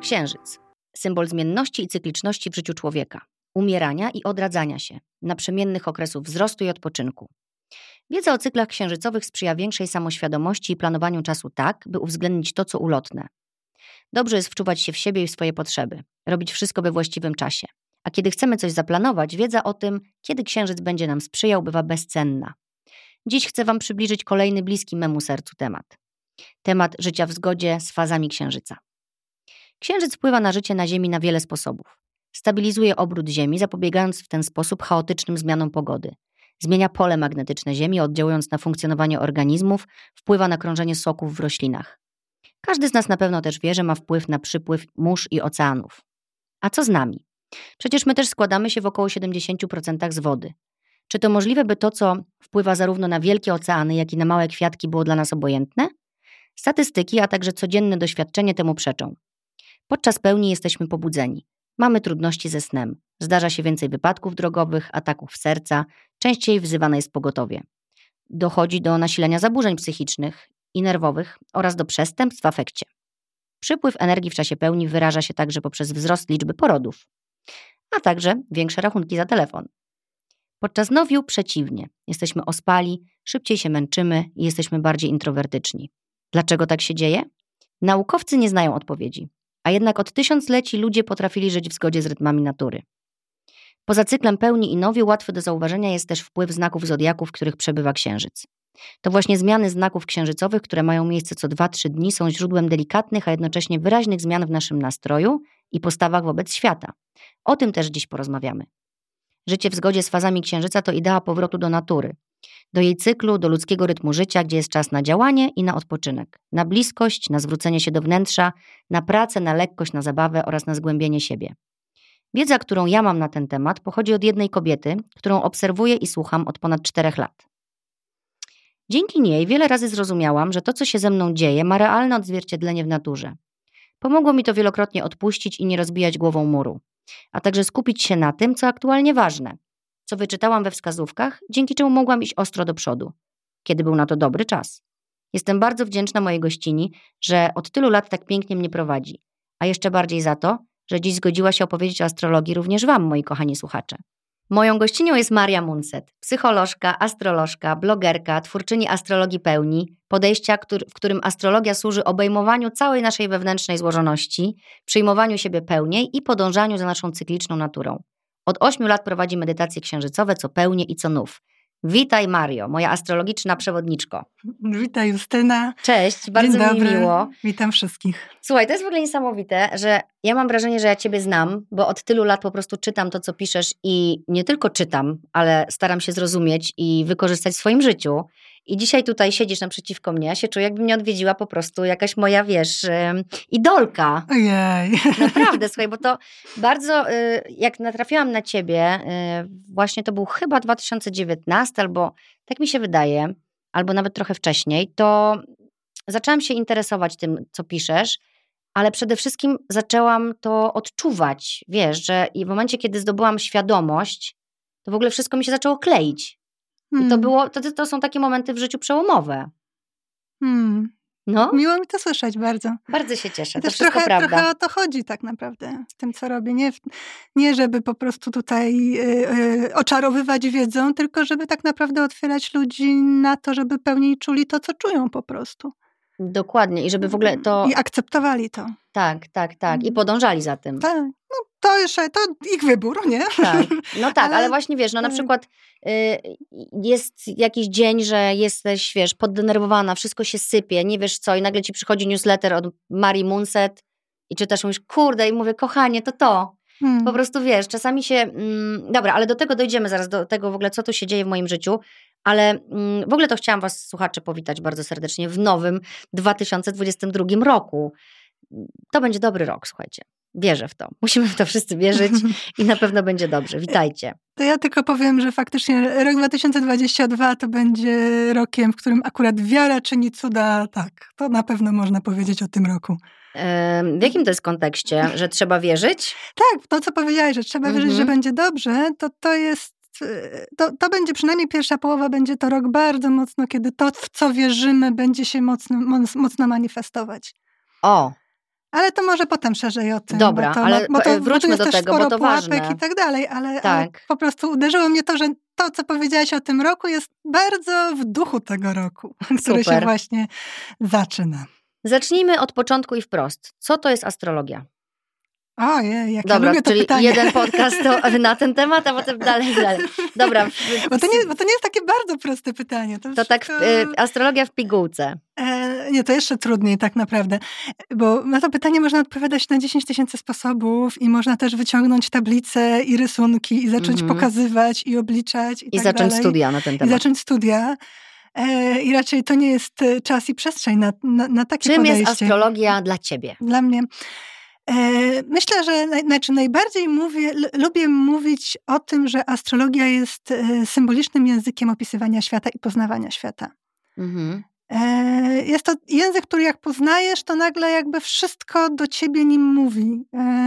Księżyc. Symbol zmienności i cykliczności w życiu człowieka. Umierania i odradzania się. Naprzemiennych okresów wzrostu i odpoczynku. Wiedza o cyklach księżycowych sprzyja większej samoświadomości i planowaniu czasu tak, by uwzględnić to, co ulotne. Dobrze jest wczuwać się w siebie i w swoje potrzeby. Robić wszystko we właściwym czasie. A kiedy chcemy coś zaplanować, wiedza o tym, kiedy księżyc będzie nam sprzyjał, bywa bezcenna. Dziś chcę Wam przybliżyć kolejny bliski memu sercu temat. Temat życia w zgodzie z fazami księżyca. Księżyc wpływa na życie na Ziemi na wiele sposobów. Stabilizuje obrót Ziemi, zapobiegając w ten sposób chaotycznym zmianom pogody. Zmienia pole magnetyczne Ziemi, oddziałując na funkcjonowanie organizmów, wpływa na krążenie soków w roślinach. Każdy z nas na pewno też wie, że ma wpływ na przypływ mórz i oceanów. A co z nami? Przecież my też składamy się w około 70% z wody. Czy to możliwe, by to, co wpływa zarówno na wielkie oceany, jak i na małe kwiatki, było dla nas obojętne? Statystyki, a także codzienne doświadczenie temu przeczą. Podczas pełni jesteśmy pobudzeni. Mamy trudności ze snem. Zdarza się więcej wypadków drogowych, ataków serca, częściej wzywane jest pogotowie. Dochodzi do nasilenia zaburzeń psychicznych i nerwowych oraz do przestępstw w afekcie. Przypływ energii w czasie pełni wyraża się także poprzez wzrost liczby porodów, a także większe rachunki za telefon. Podczas nowiu przeciwnie. Jesteśmy ospali, szybciej się męczymy i jesteśmy bardziej introwertyczni. Dlaczego tak się dzieje? Naukowcy nie znają odpowiedzi, a jednak od tysiącleci ludzie potrafili żyć w zgodzie z rytmami natury. Poza cyklem pełni i nowiu łatwy do zauważenia jest też wpływ znaków zodiaku, w których przebywa księżyc. To właśnie zmiany znaków księżycowych, które mają miejsce co 2-3 dni, są źródłem delikatnych, a jednocześnie wyraźnych zmian w naszym nastroju i postawach wobec świata. O tym też dziś porozmawiamy. Życie w zgodzie z fazami księżyca to idea powrotu do natury, do jej cyklu, do ludzkiego rytmu życia, gdzie jest czas na działanie i na odpoczynek, na bliskość, na zwrócenie się do wnętrza, na pracę, na lekkość, na zabawę oraz na zgłębienie siebie. Wiedza, którą ja mam na ten temat, pochodzi od jednej kobiety, którą obserwuję i słucham od ponad 4 lat. Dzięki niej wiele razy zrozumiałam, że to, co się ze mną dzieje, ma realne odzwierciedlenie w naturze. Pomogło mi to wielokrotnie odpuścić i nie rozbijać głową muru, a także skupić się na tym, co aktualnie ważne, co wyczytałam we wskazówkach, dzięki czemu mogłam iść ostro do przodu, kiedy był na to dobry czas. Jestem bardzo wdzięczna mojej gościni, że od tylu lat tak pięknie mnie prowadzi, a jeszcze bardziej za to, że dziś zgodziła się opowiedzieć o astrologii również Wam, moi kochani słuchacze. Moją gościnią jest Maria Munset, psycholożka, astrolożka, blogerka, twórczyni astrologii pełni, podejścia, w którym astrologia służy obejmowaniu całej naszej wewnętrznej złożoności, przyjmowaniu siebie pełniej i podążaniu za naszą cykliczną naturą. Od 8 lat prowadzi medytacje księżycowe, co pełnie i co nów. Witaj Mario, moja astrologiczna przewodniczko. Witaj Justyna. Cześć, bardzo mi miło. Witam wszystkich. Słuchaj, to jest w ogóle niesamowite, że ja mam wrażenie, że ja Ciebie znam, bo od tylu lat po prostu czytam to, co piszesz i nie tylko czytam, ale staram się zrozumieć i wykorzystać w swoim życiu. I dzisiaj tutaj siedzisz naprzeciwko mnie, ja się czuję, jakby mnie odwiedziła po prostu jakaś moja, idolka. Ojej. Naprawdę, słuchaj, bo to bardzo, jak natrafiłam na Ciebie, właśnie to był chyba 2019, albo tak mi się wydaje, albo nawet trochę wcześniej, to zaczęłam się interesować tym, co piszesz, ale przede wszystkim zaczęłam to odczuwać, wiesz, że i w momencie, kiedy zdobyłam świadomość, to w ogóle wszystko mi się zaczęło kleić. I to są takie momenty w życiu przełomowe. No? Miło mi to słyszeć bardzo. Bardzo się cieszę, to też wszystko prawda. Trochę o to chodzi tak naprawdę z tym, co robię. Nie żeby po prostu tutaj oczarowywać wiedzą, tylko żeby tak naprawdę otwierać ludzi na to, żeby pełniej czuli to, co czują po prostu. Dokładnie i żeby w ogóle to... I akceptowali to. Tak. I podążali za tym. Tak. No to ich wybór, nie? Tak. No tak, ale właśnie wiesz, no na przykład jest jakiś dzień, że jesteś, wiesz, poddenerwowana, wszystko się sypie, nie wiesz co i nagle ci przychodzi newsletter od Marii Munset i czytasz, mówisz, kurde, i mówię, kochanie, to. Po prostu wiesz, czasami się, dobra, ale do tego dojdziemy zaraz, do tego w ogóle, co tu się dzieje w moim życiu, ale w ogóle to chciałam Was, słuchacze, powitać bardzo serdecznie w nowym 2022 roku. To będzie dobry rok, słuchajcie. Wierzę w to. Musimy w to wszyscy wierzyć i na pewno będzie dobrze. Witajcie. To ja tylko powiem, że faktycznie rok 2022 to będzie rokiem, w którym akurat wiara czyni cuda. Tak, to na pewno można powiedzieć o tym roku. W jakim to jest kontekście? Że trzeba wierzyć? Tak, to co powiedziałeś, że trzeba wierzyć, że będzie dobrze, to jest to będzie przynajmniej pierwsza połowa, będzie to rok bardzo mocno, kiedy to, w co wierzymy, będzie się mocno manifestować. O! Ale to może potem szerzej o tym. Dobra, ale wróćmy do tego, bo to ważne. I tak dalej, ale po prostu uderzyło mnie to, że to, co powiedziałaś o tym roku, jest bardzo w duchu tego roku, który się właśnie zaczyna. Zacznijmy od początku i wprost. Co to jest astrologia? Ojej, jak dobra, ja lubię to czyli pytanie. Jeden podcast na ten temat, a potem dalej. Dobra. Bo to nie jest takie bardzo proste pytanie. To tak astrologia w pigułce. Nie, to jeszcze trudniej tak naprawdę. Bo na to pytanie można odpowiadać na 10 000 sposobów i można też wyciągnąć tablice i rysunki i zacząć pokazywać i obliczać i tak zacząć dalej. studia na ten temat. I zacząć studia. I raczej to nie jest czas i przestrzeń na takie Czym podejście. jest astrologia dla ciebie? Dla mnie... Myślę, że najbardziej lubię mówić o tym, że astrologia jest symbolicznym językiem opisywania świata i poznawania świata. Jest to język, który jak poznajesz, to nagle jakby wszystko do ciebie nim mówi.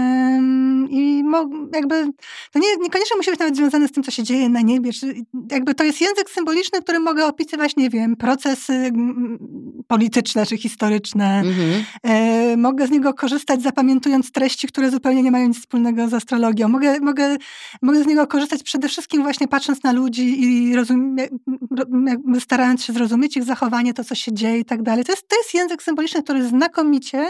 I jakby to niekoniecznie musi być nawet związane z tym, co się dzieje na niebie. Jakby to jest język symboliczny, który mogę opisywać, nie wiem, procesy polityczne czy historyczne. Mogę z niego korzystać, zapamiętując treści, które zupełnie nie mają nic wspólnego z astrologią. Mogę z niego korzystać przede wszystkim właśnie patrząc na ludzi i starając się zrozumieć ich zachowanie, to, co się dzieje i tak dalej. To jest język symboliczny, który znakomicie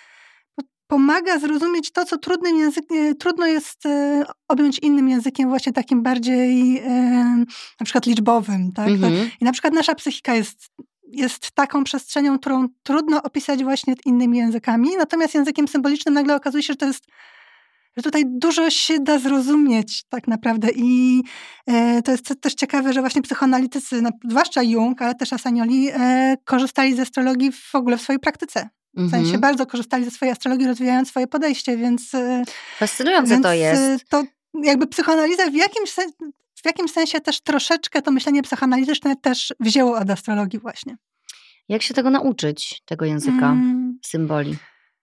pomaga zrozumieć to, co trudno jest objąć innym językiem, właśnie takim bardziej na przykład liczbowym. Tak? I na przykład nasza psychika jest taką przestrzenią, którą trudno opisać właśnie innymi językami, natomiast językiem symbolicznym nagle okazuje się, że tutaj dużo się da zrozumieć tak naprawdę i to jest też ciekawe, że właśnie psychoanalitycy, zwłaszcza Jung, ale też Asanioli, korzystali z astrologii w ogóle w swojej praktyce. W sensie bardzo korzystali ze swojej astrologii, rozwijając swoje podejście, więc... Fascynujące to jest. To jakby psychoanaliza w jakimś sensie też troszeczkę to myślenie psychoanalityczne też wzięło od astrologii właśnie. Jak się tego nauczyć, tego języka symboli?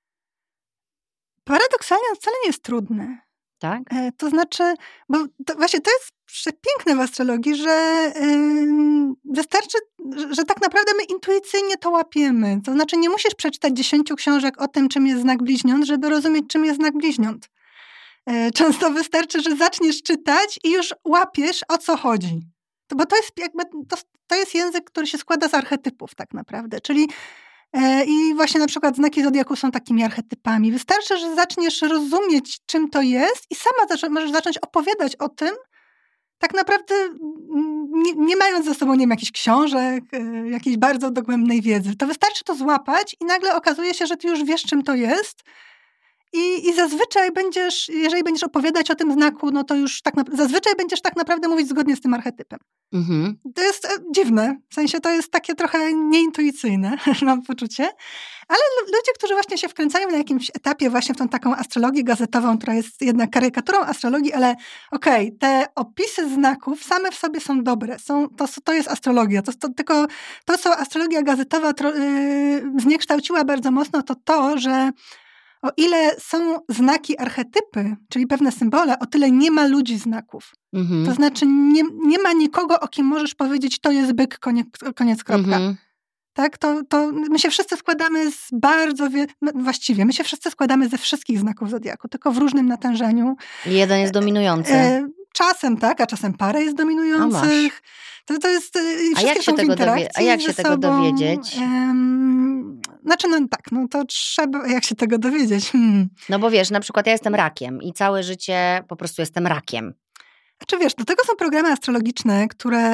Paradoksalnie on wcale nie jest trudny. Tak? To znaczy, bo właśnie to jest przepiękne w astrologii, że wystarczy, że tak naprawdę my intuicyjnie to łapiemy. To znaczy nie musisz przeczytać 10 książek o tym, czym jest znak bliźniąt, żeby rozumieć, czym jest znak bliźniąt. Często wystarczy, że zaczniesz czytać i już łapiesz, o co chodzi. Bo to jest jakby, to jest język, który się składa z archetypów tak naprawdę, czyli i właśnie na przykład znaki zodiaku są takimi archetypami. Wystarczy, że zaczniesz rozumieć, czym to jest i sama możesz zacząć opowiadać o tym, tak naprawdę nie mając ze sobą, nie wiem, jakichś książek, jakiejś bardzo dogłębnej wiedzy. To wystarczy to złapać i nagle okazuje się, że ty już wiesz, czym to jest. I zazwyczaj jeżeli będziesz opowiadać o tym znaku, no to już zazwyczaj będziesz tak naprawdę mówić zgodnie z tym archetypem. To jest dziwne, w sensie to jest takie trochę nieintuicyjne, mam poczucie, ale ludzie, którzy właśnie się wkręcają na jakimś etapie właśnie w tą taką astrologię gazetową, która jest jednak karykaturą astrologii, ale okej, te opisy znaków same w sobie są dobre, to jest astrologia, tylko to, co astrologia gazetowa zniekształciła bardzo mocno, to, że o ile są znaki archetypy, czyli pewne symbole, o tyle nie ma ludzi znaków. To znaczy nie ma nikogo, o kim możesz powiedzieć, to jest byk, koniec, kropka. Tak? To my się wszyscy składamy z bardzo właściwie, my się wszyscy składamy ze wszystkich znaków zodiaku, tylko w różnym natężeniu. I jeden jest dominujący. Czasem tak, a czasem parę jest dominujących. To jest, a jak się tego dowiedzieć? Znaczy, to trzeba, jak się tego dowiedzieć? No bo wiesz, na przykład ja jestem rakiem i całe życie po prostu jestem rakiem. Znaczy wiesz, do tego są programy astrologiczne, które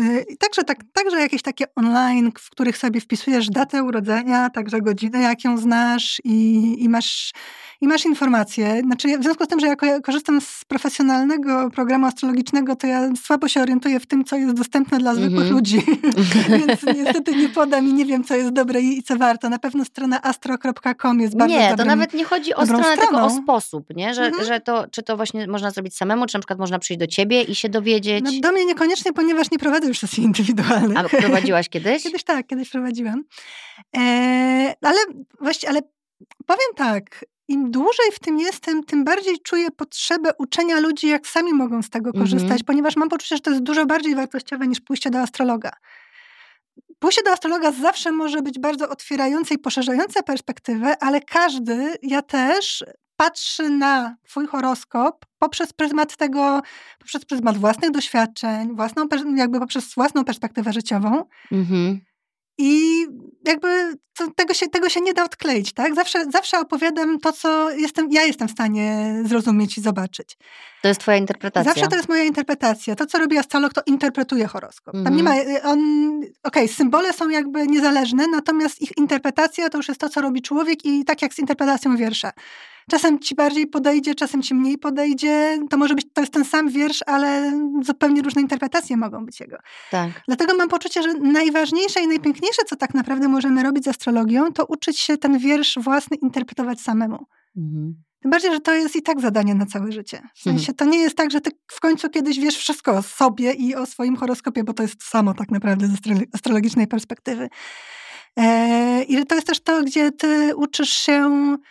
także jakieś takie online, w których sobie wpisujesz datę urodzenia, także godzinę, jak ją znasz i masz informacje. Znaczy w związku z tym, że ja korzystam z profesjonalnego programu astrologicznego, to ja słabo się orientuję w tym, co jest dostępne dla zwykłych ludzi. Więc niestety nie podam i nie wiem, co jest dobre i co warto. Na pewno strona astro.com jest bardzo dobrym. Nie, to nawet nie chodzi o stronę, tylko o sposób, nie? Że czy to właśnie można zrobić samemu, czy na przykład można przyjść do ciebie i się dowiedzieć? No, do mnie niekoniecznie, ponieważ nie prowadzę już sesji indywidualnych. A prowadziłaś kiedyś? Kiedyś prowadziłam. Ale powiem tak, im dłużej w tym jestem, tym bardziej czuję potrzebę uczenia ludzi, jak sami mogą z tego korzystać, ponieważ mam poczucie, że to jest dużo bardziej wartościowe niż pójście do astrologa. pójście do astrologa zawsze może być bardzo otwierające i poszerzające perspektywę, ale każdy, ja też, patrzy na twój horoskop poprzez pryzmat własnych doświadczeń, poprzez własną perspektywę życiową. I jakby tego się nie da odkleić, tak? Zawsze opowiadam to, co ja jestem w stanie zrozumieć i zobaczyć. To jest twoja interpretacja. Zawsze to jest moja interpretacja. To, co robi astrolog, to interpretuje horoskop. Tam nie ma, symbole są jakby niezależne, natomiast ich interpretacja to już jest to, co robi człowiek i tak jak z interpretacją wiersza. Czasem ci bardziej podejdzie, czasem ci mniej podejdzie. To jest ten sam wiersz, ale zupełnie różne interpretacje mogą być jego. Tak. Dlatego mam poczucie, że najważniejsze i najpiękniejsze, co tak naprawdę możemy robić z astrologią, to uczyć się ten wiersz własny interpretować samemu. Tym bardziej, że to jest i tak zadanie na całe życie. W sensie to nie jest tak, że ty w końcu kiedyś wiesz wszystko o sobie i o swoim horoskopie, bo to jest to samo tak naprawdę z astrologicznej perspektywy. I że to jest też to, gdzie ty uczysz się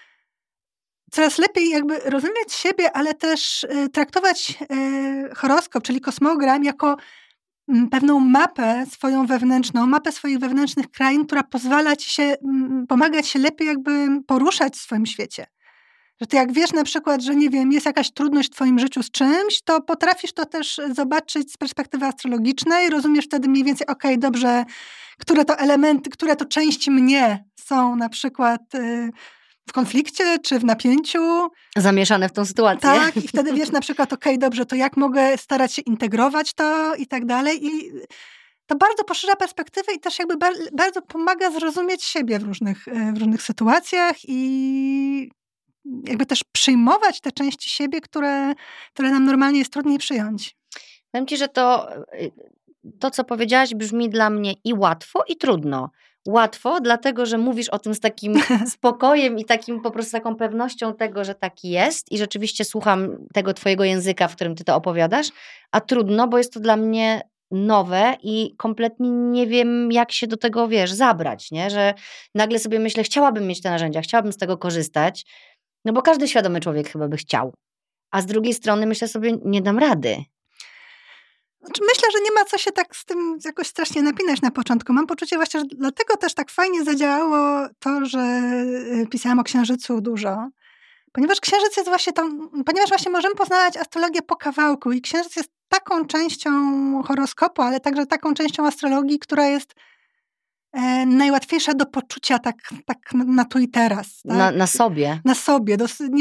coraz lepiej jakby rozumieć siebie, ale też traktować horoskop, czyli kosmogram, jako pewną mapę swoją wewnętrzną, mapę swoich wewnętrznych krain, która pozwala ci się, pomagać się lepiej jakby poruszać w swoim świecie. Że ty jak wiesz na przykład, że nie wiem, jest jakaś trudność w twoim życiu z czymś, to potrafisz to też zobaczyć z perspektywy astrologicznej, rozumiesz wtedy mniej więcej, okej, dobrze, które to elementy, które to części mnie są na przykład w konflikcie, czy w napięciu. Zamieszane w tą sytuację. Tak, i wtedy wiesz na przykład, dobrze, to jak mogę starać się integrować to i tak dalej. I to bardzo poszerza perspektywę i też jakby bardzo pomaga zrozumieć siebie w różnych sytuacjach i jakby też przyjmować te części siebie, które nam normalnie jest trudniej przyjąć. Powiem ci, że to, co powiedziałaś, brzmi dla mnie i łatwo, i trudno. Łatwo, dlatego, że mówisz o tym z takim spokojem i takim po prostu taką pewnością tego, że tak jest i rzeczywiście słucham tego twojego języka, w którym ty to opowiadasz, a trudno, bo jest to dla mnie nowe i kompletnie nie wiem, jak się do tego, zabrać, nie? Że nagle sobie myślę, chciałabym mieć te narzędzia, chciałabym z tego korzystać, no bo każdy świadomy człowiek chyba by chciał. A z drugiej strony myślę sobie, nie dam rady. Myślę, że nie ma co się tak z tym jakoś strasznie napinać na początku. Mam poczucie właśnie, że dlatego też tak fajnie zadziałało to, że pisałam o Księżycu dużo. Ponieważ Księżyc jest ponieważ właśnie możemy poznawać astrologię po kawałku i Księżyc jest taką częścią horoskopu, ale także taką częścią astrologii, która jest najłatwiejsza do poczucia tak na tu i teraz. Tak? Na sobie. Na sobie.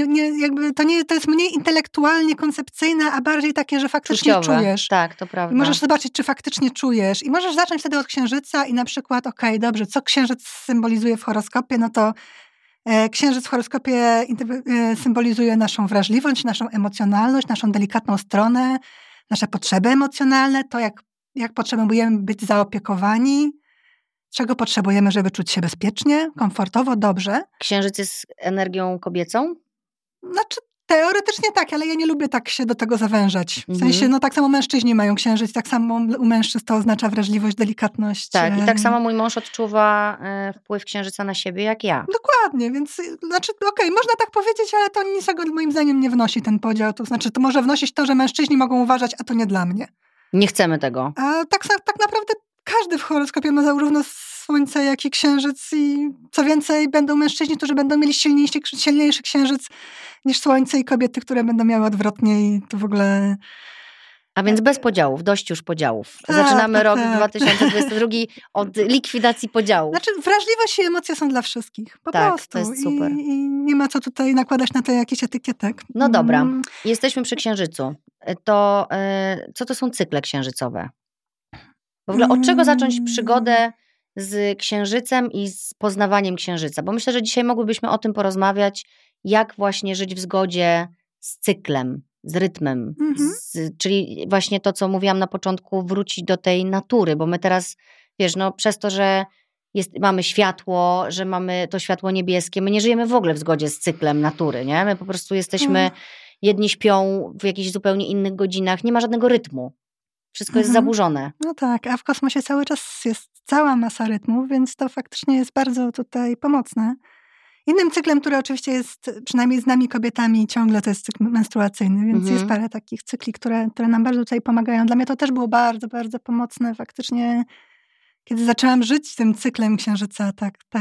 To jest mniej intelektualnie koncepcyjne, a bardziej takie, że faktycznie Czuciowe. Czujesz. Tak, to prawda. I możesz zobaczyć, czy faktycznie czujesz. I możesz zacząć wtedy od Księżyca i na przykład, dobrze, co Księżyc symbolizuje w horoskopie, no to Księżyc w horoskopie symbolizuje naszą wrażliwość, naszą emocjonalność, naszą delikatną stronę, nasze potrzeby emocjonalne, to jak potrzebujemy być zaopiekowani, czego potrzebujemy, żeby czuć się bezpiecznie, komfortowo, dobrze. Księżyc jest energią kobiecą? Znaczy, teoretycznie tak, ale ja nie lubię tak się do tego zawężać. W sensie, tak samo mężczyźni mają księżyc, tak samo u mężczyzn to oznacza wrażliwość, delikatność. Tak, i tak samo mój mąż odczuwa wpływ księżyca na siebie, jak ja. Dokładnie, więc można tak powiedzieć, ale to niczego moim zdaniem nie wnosi ten podział. To znaczy, to może wnosić to, że mężczyźni mogą uważać, a to nie dla mnie. Nie chcemy tego. A tak naprawdę każdy w horoskopie ma zarówno słońce, jak i księżyc i co więcej będą mężczyźni, którzy będą mieli silniejszy księżyc niż słońce i kobiety, które będą miały odwrotnie i to w ogóle... A więc bez podziałów, dość już podziałów. Zaczynamy rok 2022 od likwidacji podziałów. Znaczy wrażliwość i emocje są dla wszystkich, po prostu. To jest super. I nie ma co tutaj nakładać na to jakichś etykietek. No dobra, jesteśmy przy księżycu. To co to są cykle księżycowe? W ogóle od czego zacząć przygodę z księżycem i z poznawaniem księżyca? Bo myślę, że dzisiaj mogłybyśmy o tym porozmawiać, jak właśnie żyć w zgodzie z cyklem, z rytmem. Czyli właśnie to, co mówiłam na początku, wrócić do tej natury, bo my teraz, przez to, że mamy światło, że mamy to światło niebieskie, my nie żyjemy w ogóle w zgodzie z cyklem natury, nie? My po prostu jesteśmy, jedni śpią w jakichś zupełnie innych godzinach, nie ma żadnego rytmu. Wszystko jest zaburzone. No tak, a w kosmosie cały czas jest cała masa rytmów, więc to faktycznie jest bardzo tutaj pomocne. Innym cyklem, który oczywiście jest, przynajmniej z nami kobietami ciągle, to jest cykl menstruacyjny, więc jest parę takich cykli, które nam bardzo tutaj pomagają. Dla mnie to też było bardzo, bardzo pomocne faktycznie kiedy zaczęłam żyć tym cyklem księżyca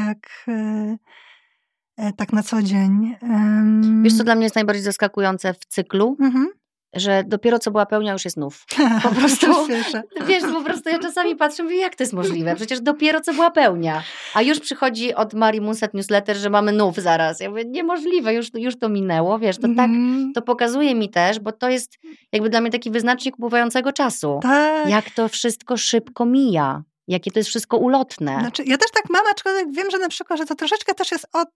tak na co dzień. Wiesz, co dla mnie jest najbardziej zaskakujące w cyklu? Że dopiero co była pełnia, już jest nów. Po prostu, wiesz, po prostu ja czasami patrzę, mówię, jak to jest możliwe? Przecież dopiero co była pełnia. A już przychodzi od Marii Munset newsletter, że mamy nów zaraz. Ja mówię, niemożliwe, już to minęło, wiesz, to tak, to pokazuje mi też, bo to jest jakby dla mnie taki wyznacznik upływającego czasu. Tak. Jak to wszystko szybko mija. Jakie to jest wszystko ulotne. Znaczy, ja też tak mam, aczkolwiek wiem, że na przykład, że to troszeczkę też jest o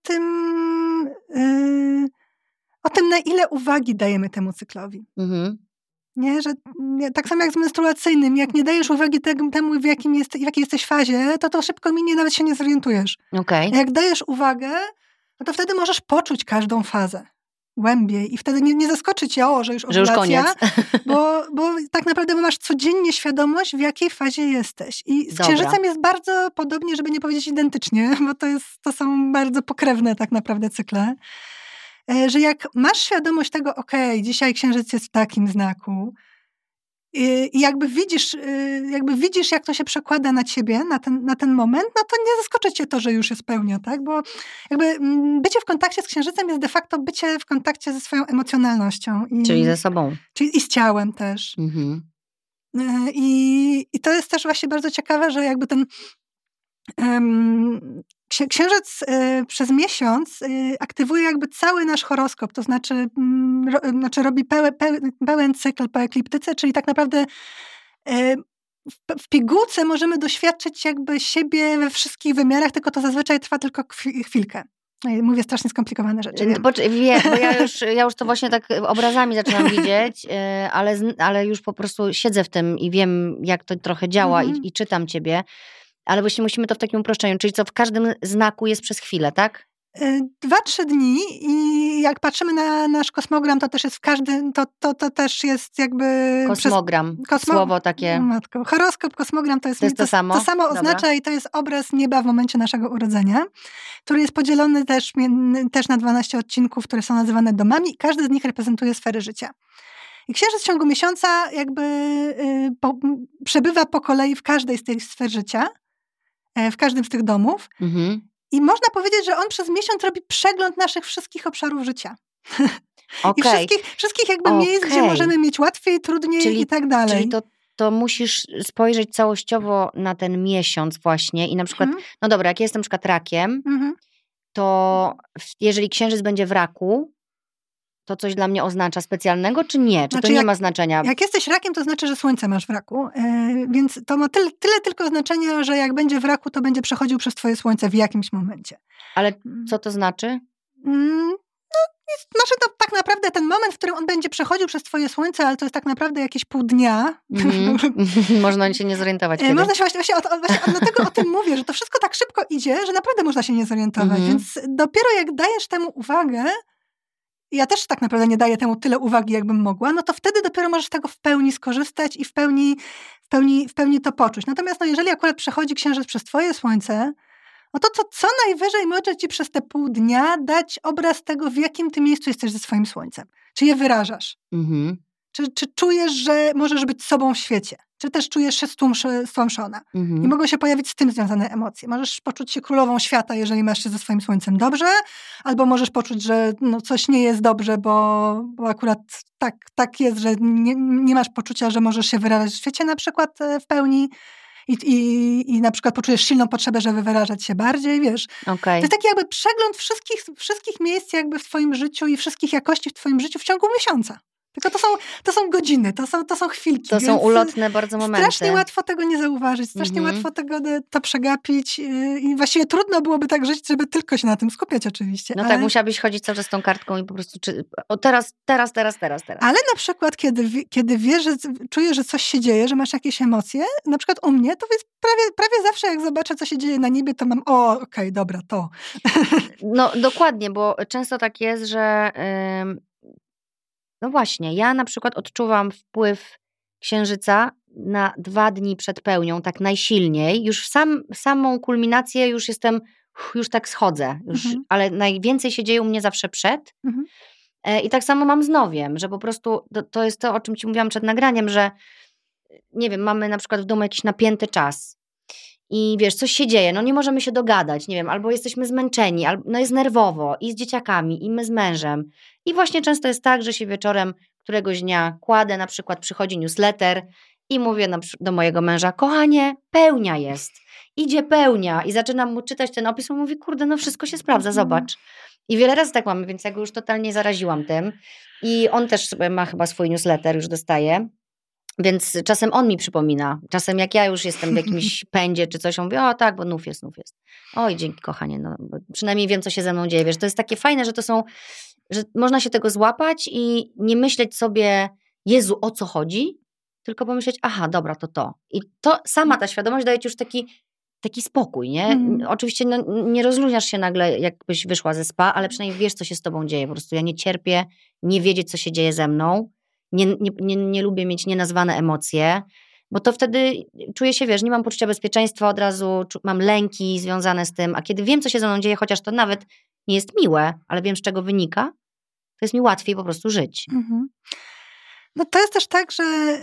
tym, na ile uwagi dajemy temu cyklowi. Nie, że tak samo jak z menstruacyjnym, jak nie dajesz uwagi temu, w jakiej jesteś fazie, to szybko minie, nawet się nie zorientujesz. Okay. Jak dajesz uwagę, no to wtedy możesz poczuć każdą fazę głębiej i wtedy nie zaskoczy cię, że już ovulacja, że już koniec. Bo tak naprawdę masz codziennie świadomość, w jakiej fazie jesteś. I z księżycem jest bardzo podobnie, żeby nie powiedzieć identycznie, bo to są bardzo pokrewne tak naprawdę cykle. Że jak masz świadomość tego, dzisiaj księżyc jest w takim znaku i jakby widzisz, jak to się przekłada na ciebie, na ten moment, no to nie zaskoczy cię to, że już jest pełnia, tak? Bo jakby bycie w kontakcie z księżycem jest de facto bycie w kontakcie ze swoją emocjonalnością. Czyli ze sobą. Czyli i z ciałem też. I to jest też właśnie bardzo ciekawe, że jakby ten księżyc przez miesiąc aktywuje jakby cały nasz horoskop, to znaczy robi pełen cykl po ekliptyce, czyli tak naprawdę w pigułce możemy doświadczyć jakby siebie we wszystkich wymiarach, tylko to zazwyczaj trwa tylko chwilkę. Mówię strasznie skomplikowane rzeczy. Wiem, bo ja już to właśnie tak obrazami zaczęłam widzieć, ale już po prostu siedzę w tym i wiem, jak to trochę działa i czytam ciebie. Ale właśnie musimy to w takim uproszczeniu, czyli co w każdym znaku jest przez chwilę, tak? 2-3 dni i jak patrzymy na nasz kosmogram, to też jest w każdym, to też jest jakby... Kosmogram, słowo takie... Matko, horoskop, kosmogram to jest to samo? To samo oznacza i to jest obraz nieba w momencie naszego urodzenia, który jest podzielony też na 12 odcinków, które są nazywane domami i każdy z nich reprezentuje sfery życia. I księżyc w ciągu miesiąca jakby przebywa po kolei w każdej z tych sfer życia, w każdym z tych domów. I można powiedzieć, że on przez miesiąc robi przegląd naszych wszystkich obszarów życia. I wszystkich jakby miejsc, gdzie możemy mieć łatwiej, trudniej i tak dalej. Czyli to musisz spojrzeć całościowo na ten miesiąc właśnie i na przykład, no dobra, jak jestem na przykład rakiem, to jeżeli księżyc będzie w raku, to coś dla mnie oznacza specjalnego, czy nie? Czy to nie ma znaczenia? Jak jesteś rakiem, to znaczy, że słońce masz w raku. Więc to ma tyle tylko znaczenia, że jak będzie w raku, to będzie przechodził przez twoje słońce w jakimś momencie. Ale co to znaczy? Znaczy to tak naprawdę ten moment, w którym on będzie przechodził przez twoje słońce, ale to jest tak naprawdę jakieś pół dnia. Można się nie zorientować kiedy. Można się właśnie dlatego o tym mówię, że to wszystko tak szybko idzie, że naprawdę można się nie zorientować. Więc dopiero jak dajesz temu uwagę, ja też tak naprawdę nie daję temu tyle uwagi, jakbym mogła, no to wtedy dopiero możesz z tego w pełni skorzystać i w pełni to poczuć. Natomiast jeżeli akurat przechodzi księżyc przez twoje słońce, no to co najwyżej może ci przez te pół dnia dać obraz tego, w jakim ty miejscu jesteś ze swoim słońcem. Czy je wyrażasz? Czy czujesz, że możesz być sobą w świecie? Czy też czujesz się stłamszona? I mogą się pojawić z tym związane emocje. Możesz poczuć się królową świata, jeżeli masz się ze swoim słońcem dobrze, albo możesz poczuć, że coś nie jest dobrze, bo akurat tak jest, że nie masz poczucia, że możesz się wyrażać w świecie na przykład w pełni. I na przykład poczujesz silną potrzebę, żeby wyrażać się bardziej, wiesz. To jest taki jakby przegląd wszystkich miejsc jakby w twoim życiu i wszystkich jakości w twoim życiu w ciągu miesiąca. Tylko to są godziny, to są chwilki. To są ulotne bardzo momenty. Strasznie łatwo tego nie zauważyć, strasznie łatwo to przegapić i właściwie trudno byłoby tak żyć, żeby tylko się na tym skupiać oczywiście. No tak, musiałabyś chodzić cały czas z tą kartką i po prostu teraz. Ale na przykład, kiedy wiesz, że czujesz, że coś się dzieje, że masz jakieś emocje, na przykład u mnie, to jest prawie zawsze jak zobaczę, co się dzieje na niebie, to mam okej, dobra, to. No dokładnie, bo często tak jest, że... No właśnie, ja na przykład odczuwam wpływ księżyca na 2 dni przed pełnią, tak najsilniej. Już w samą kulminację już tak schodzę. Ale najwięcej się dzieje u mnie zawsze przed. I tak samo mam z nowiem, że po prostu to jest to, o czym ci mówiłam przed nagraniem, że nie wiem, mamy na przykład w domu jakiś napięty czas. i wiesz, coś się dzieje, no nie możemy się dogadać, nie wiem, albo jesteśmy zmęczeni, albo no jest nerwowo i z dzieciakami, i my z mężem. I właśnie często jest tak, że się wieczorem któregoś dnia kładę, na przykład przychodzi newsletter i mówię do mojego męża, kochanie, pełnia jest. Idzie pełnia i zaczynam mu czytać ten opis, on mówi, kurde, no wszystko się sprawdza, zobacz. I wiele razy tak mamy, więc ja go już totalnie zaraziłam tym. I on też ma chyba swój newsletter, już dostaje. Więc czasem on mi przypomina. Czasem jak ja już jestem w jakimś pędzie czy coś, on mówi, o tak, bo nów jest. Oj, dzięki kochanie, no, przynajmniej wiem, co się ze mną dzieje. Wiesz, to jest takie fajne, że można się tego złapać i nie myśleć sobie, Jezu, o co chodzi, tylko pomyśleć, aha, dobra, to. I to sama ta świadomość daje ci już taki spokój, nie? Oczywiście nie rozluźniasz się nagle, jakbyś wyszła ze spa, ale przynajmniej wiesz, co się z tobą dzieje. Po prostu ja nie cierpię nie wiedzieć, co się dzieje ze mną. Nie lubię mieć nienazwane emocje, bo to wtedy czuję się, wiesz, nie mam poczucia bezpieczeństwa od razu, mam lęki związane z tym, a kiedy wiem, co się ze mną dzieje, chociaż to nawet nie jest miłe, ale wiem, z czego wynika, to jest mi łatwiej po prostu żyć. No to jest też tak, że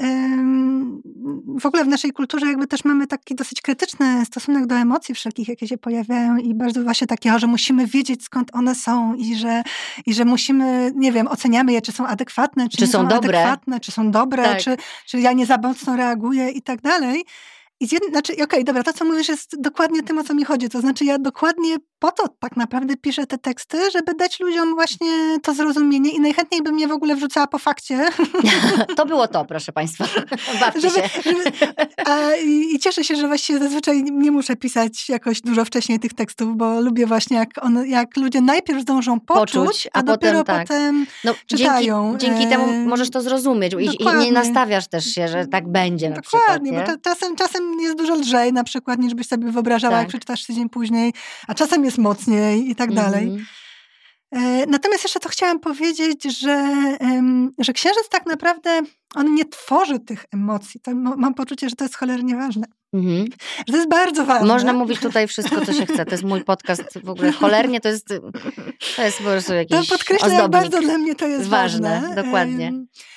w ogóle w naszej kulturze jakby też mamy taki dosyć krytyczny stosunek do emocji wszelkich, jakie się pojawiają i bardzo właśnie takie, że musimy wiedzieć, skąd one są i że musimy, nie wiem, oceniamy je, czy są adekwatne, czy nie są dobre. adekwatne, czy są dobre, tak. czy ja nie za mocno reaguję i tak dalej. Okej, dobra, to co mówisz jest dokładnie tym, o co mi chodzi. To znaczy ja dokładnie po to tak naprawdę piszę te teksty, żeby dać ludziom właśnie to zrozumienie i najchętniej bym je w ogóle wrzucała po fakcie. To było to, proszę państwa. Bawcie się. I cieszę się, że właściwie zazwyczaj nie muszę pisać jakoś dużo wcześniej tych tekstów, bo lubię właśnie jak ludzie najpierw zdążą poczuć, a dopiero potem czytają. Dzięki temu możesz to zrozumieć i nie nastawiasz też się, że tak będzie na przykład. Dokładnie, bo czasem jest dużo lżej na przykład, niż byś sobie wyobrażała, jak przeczytasz tydzień później, a czasem jest mocniej i tak dalej. Natomiast jeszcze to chciałam powiedzieć, że księżyc tak naprawdę, on nie tworzy tych emocji. Mam poczucie, że to jest cholernie ważne. Że to jest bardzo ważne. Można mówić tutaj wszystko, co się chce. To jest mój podcast w ogóle. Cholernie to jest po prostu jakiś ozdobnik. To podkreślę, jak bardzo dla mnie to jest ważne. Dokładnie.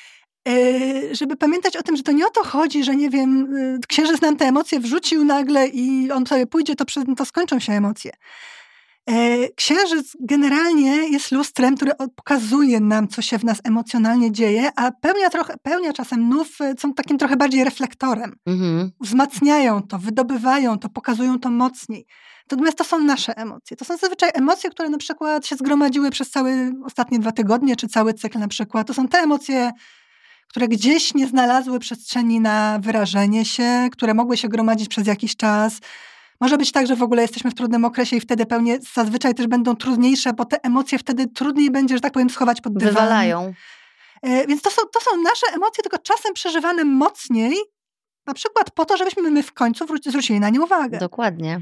Żeby pamiętać o tym, że to nie o to chodzi, że nie wiem, księżyc nam te emocje wrzucił nagle i on sobie pójdzie, to skończą się emocje. Księżyc generalnie jest lustrem, które pokazuje nam, co się w nas emocjonalnie dzieje, a pełnia czasem nów są takim trochę bardziej reflektorem. Wzmacniają to, wydobywają to, pokazują to mocniej. Natomiast to są nasze emocje. To są zazwyczaj emocje, które na przykład się zgromadziły przez całe ostatnie 2 tygodnie, czy cały cykl na przykład. To są te emocje, które gdzieś nie znalazły przestrzeni na wyrażenie się, które mogły się gromadzić przez jakiś czas. Może być tak, że w ogóle jesteśmy w trudnym okresie i wtedy pewnie zazwyczaj też będą trudniejsze, bo te emocje wtedy trudniej będzie, że tak powiem, schować pod dywan. Wywalają. Więc to są nasze emocje, tylko czasem przeżywane mocniej, na przykład po to, żebyśmy my w końcu zwrócili na nie uwagę. Dokładnie.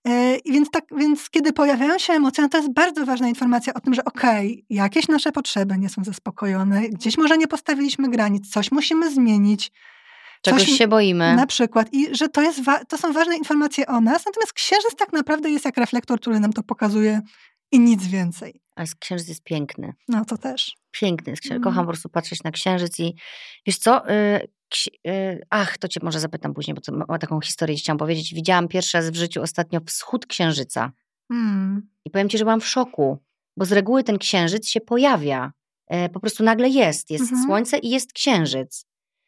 Więc kiedy pojawiają się emocje, no to jest bardzo ważna informacja o tym, że jakieś nasze potrzeby nie są zaspokojone, gdzieś może nie postawiliśmy granic, coś musimy zmienić. Czegoś się boimy. Na przykład. I że to są ważne informacje o nas, natomiast księżyc tak naprawdę jest jak reflektor, który nam to pokazuje i nic więcej. A księżyc jest piękny. No to też. Piękny jest księżyc. Kocham po prostu patrzeć na księżyc i wiesz co? To cię może zapytam później, bo taką historię chciałam powiedzieć. Widziałam pierwszy raz w życiu ostatnio wschód księżyca. I powiem ci, że byłam w szoku, bo z reguły ten księżyc się pojawia. Po prostu nagle jest słońce i jest księżyc.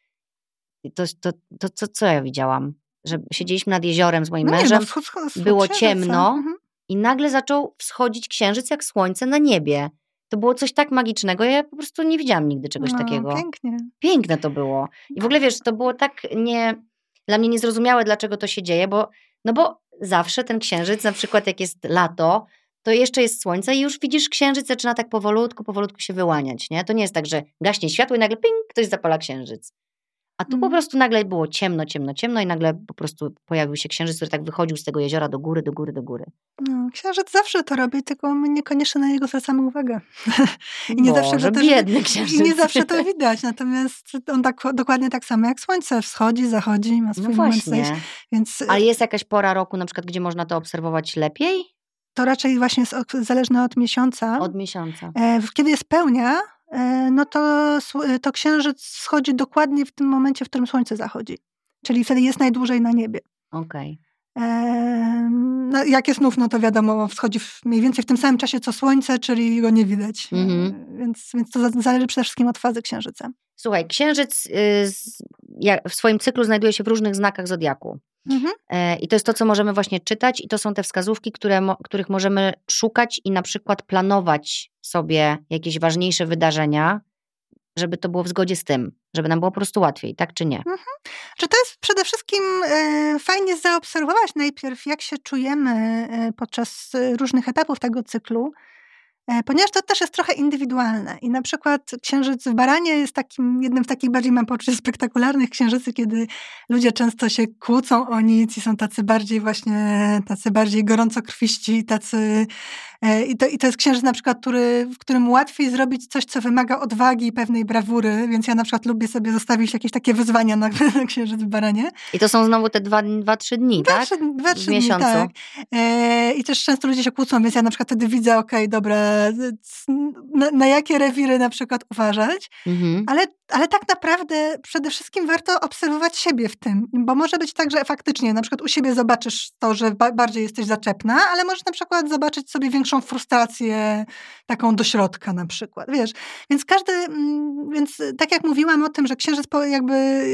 To co ja widziałam? Że siedzieliśmy nad jeziorem z moim mężem, było ciemno i nagle zaczął wschodzić księżyc jak słońce na niebie. To było coś tak magicznego, ja po prostu nie widziałam nigdy czegoś takiego. Pięknie. Piękne to było. I w ogóle wiesz, to było tak dla mnie niezrozumiałe, dlaczego to się dzieje, bo zawsze ten księżyc, na przykład jak jest lato, to jeszcze jest słońce i już widzisz, księżyc zaczyna tak powolutku się wyłaniać, nie? To nie jest tak, że gaśnie światło i nagle ping, ktoś zapala księżyc. A tu po prostu nagle było ciemno i nagle po prostu pojawił się księżyc, który tak wychodził z tego jeziora do góry. No, księżyc zawsze to robi, tylko my niekoniecznie na niego zwracamy uwagę. I biedny księżyc. I nie zawsze to widać, natomiast on dokładnie tak samo jak słońce wchodzi, zachodzi, ma swój moment zejść. Więc... Ale jest jakaś pora roku na przykład, gdzie można to obserwować lepiej? To raczej właśnie jest zależne od miesiąca. Od miesiąca. Kiedy jest pełnia, no to księżyc schodzi dokładnie w tym momencie, w którym słońce zachodzi. Czyli wtedy jest najdłużej na niebie. Okej. No, jak jest nów, no to wiadomo, wschodzi mniej więcej w tym samym czasie co Słońce, czyli go nie widać. Więc to zależy przede wszystkim od fazy Księżyca. Słuchaj, Księżyc w swoim cyklu znajduje się w różnych znakach zodiaku. I to jest to, co możemy właśnie czytać i to są te wskazówki, których możemy szukać i na przykład planować sobie jakieś ważniejsze wydarzenia, żeby to było w zgodzie z tym, żeby nam było po prostu łatwiej, tak czy nie? Że to jest przede wszystkim fajnie zaobserwować najpierw, jak się czujemy podczas różnych etapów tego cyklu, ponieważ to też jest trochę indywidualne. I na przykład księżyc w Baranie jest jednym z takich bardziej, mam poczucie, spektakularnych księżycy, kiedy ludzie często się kłócą o nic i są tacy bardziej gorącokrwiści, I to jest księżyc na przykład, w którym łatwiej zrobić coś, co wymaga odwagi i pewnej brawury, więc ja na przykład lubię sobie zostawić jakieś takie wyzwania na księżyc w Baranie. I to są znowu te 2-3 dni, tak? 2-3 w miesiącu. Dni, tak. I też często ludzie się kłócą, więc ja na przykład wtedy widzę, okej, dobra, na jakie rewiry na przykład uważać, ale tak naprawdę przede wszystkim warto obserwować siebie w tym, bo może być tak, że faktycznie na przykład u siebie zobaczysz to, że bardziej jesteś zaczepna, ale możesz na przykład zobaczyć sobie większą frustrację taką do środka na przykład, wiesz. Więc tak jak mówiłam o tym, że księżyc jakby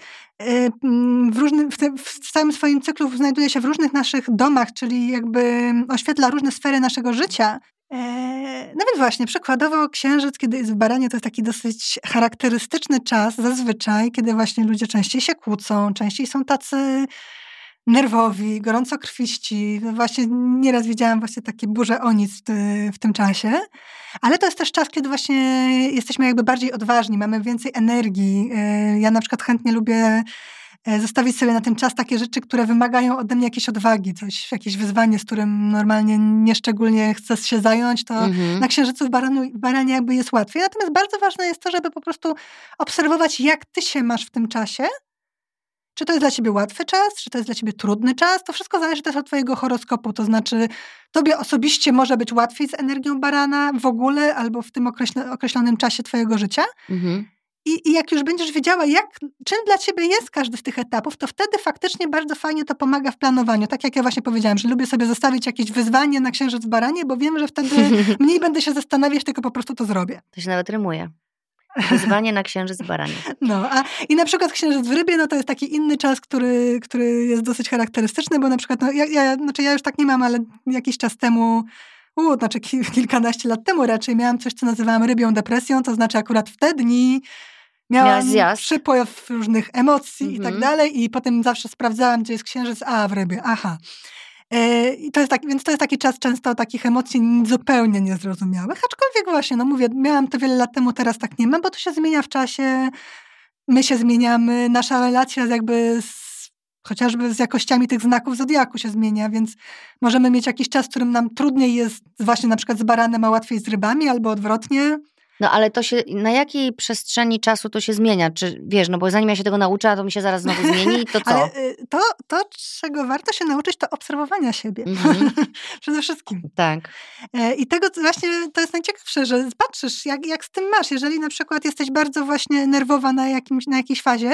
w całym swoim cyklu znajduje się w różnych naszych domach, czyli jakby oświetla różne sfery naszego życia. No więc właśnie, przykładowo księżyc, kiedy jest w Baranie, to jest taki dosyć charakterystyczny czas zazwyczaj, kiedy właśnie ludzie częściej się kłócą, częściej są tacy nerwowi, gorącokrwiści. Właśnie nieraz widziałam właśnie takie burze o nic w tym czasie. Ale to jest też czas, kiedy właśnie jesteśmy jakby bardziej odważni, mamy więcej energii. Ja na przykład chętnie lubię zostawić sobie na ten czas takie rzeczy, które wymagają ode mnie jakiejś odwagi, jakieś wyzwanie, z którym normalnie nieszczególnie chcę się zająć, to na księżycu w Baranie jakby jest łatwiej. Natomiast bardzo ważne jest to, żeby po prostu obserwować, jak ty się masz w tym czasie. Czy to jest dla ciebie łatwy czas, czy to jest dla ciebie trudny czas, to wszystko zależy też od twojego horoskopu, to znaczy tobie osobiście może być łatwiej z energią barana w ogóle albo w tym określonym czasie twojego życia. I jak już będziesz wiedziała, czym dla ciebie jest każdy z tych etapów, to wtedy faktycznie bardzo fajnie to pomaga w planowaniu. Tak jak ja właśnie powiedziałam, że lubię sobie zostawić jakieś wyzwanie na księżyc w Baranie, bo wiem, że wtedy mniej będę się zastanawiać, tylko po prostu to zrobię. To się nawet rymuje. Wyzwanie na księżyc w Baranie. No, i na przykład księżyc w Rybie, no to jest taki inny czas, który jest dosyć charakterystyczny, bo na przykład, no ja już tak nie mam, ale jakiś czas temu, kilkanaście lat temu raczej miałam coś, co nazywałam rybią depresją, to znaczy akurat w te dni miałam przypływ różnych emocji i tak dalej i potem zawsze sprawdzałam, gdzie jest księżyc, w Rybie, aha. I więc to jest taki czas często takich emocji zupełnie niezrozumiałych, aczkolwiek właśnie, no mówię, miałam to wiele lat temu, teraz tak nie mam, bo to się zmienia w czasie, my się zmieniamy, nasza relacja chociażby z jakościami tych znaków zodiaku się zmienia, więc możemy mieć jakiś czas, w którym nam trudniej jest właśnie na przykład z Baranem, a łatwiej z Rybami, albo odwrotnie. No ale na jakiej przestrzeni czasu to się zmienia? Czy wiesz, no bo zanim ja się tego nauczę, to mi się zaraz znowu zmieni, to co? Ale to, czego warto się nauczyć, to obserwowania siebie. Przede wszystkim. Tak. I tego właśnie, to jest najciekawsze, że patrzysz, jak z tym masz. Jeżeli na przykład jesteś bardzo właśnie nerwowa na jakiejś fazie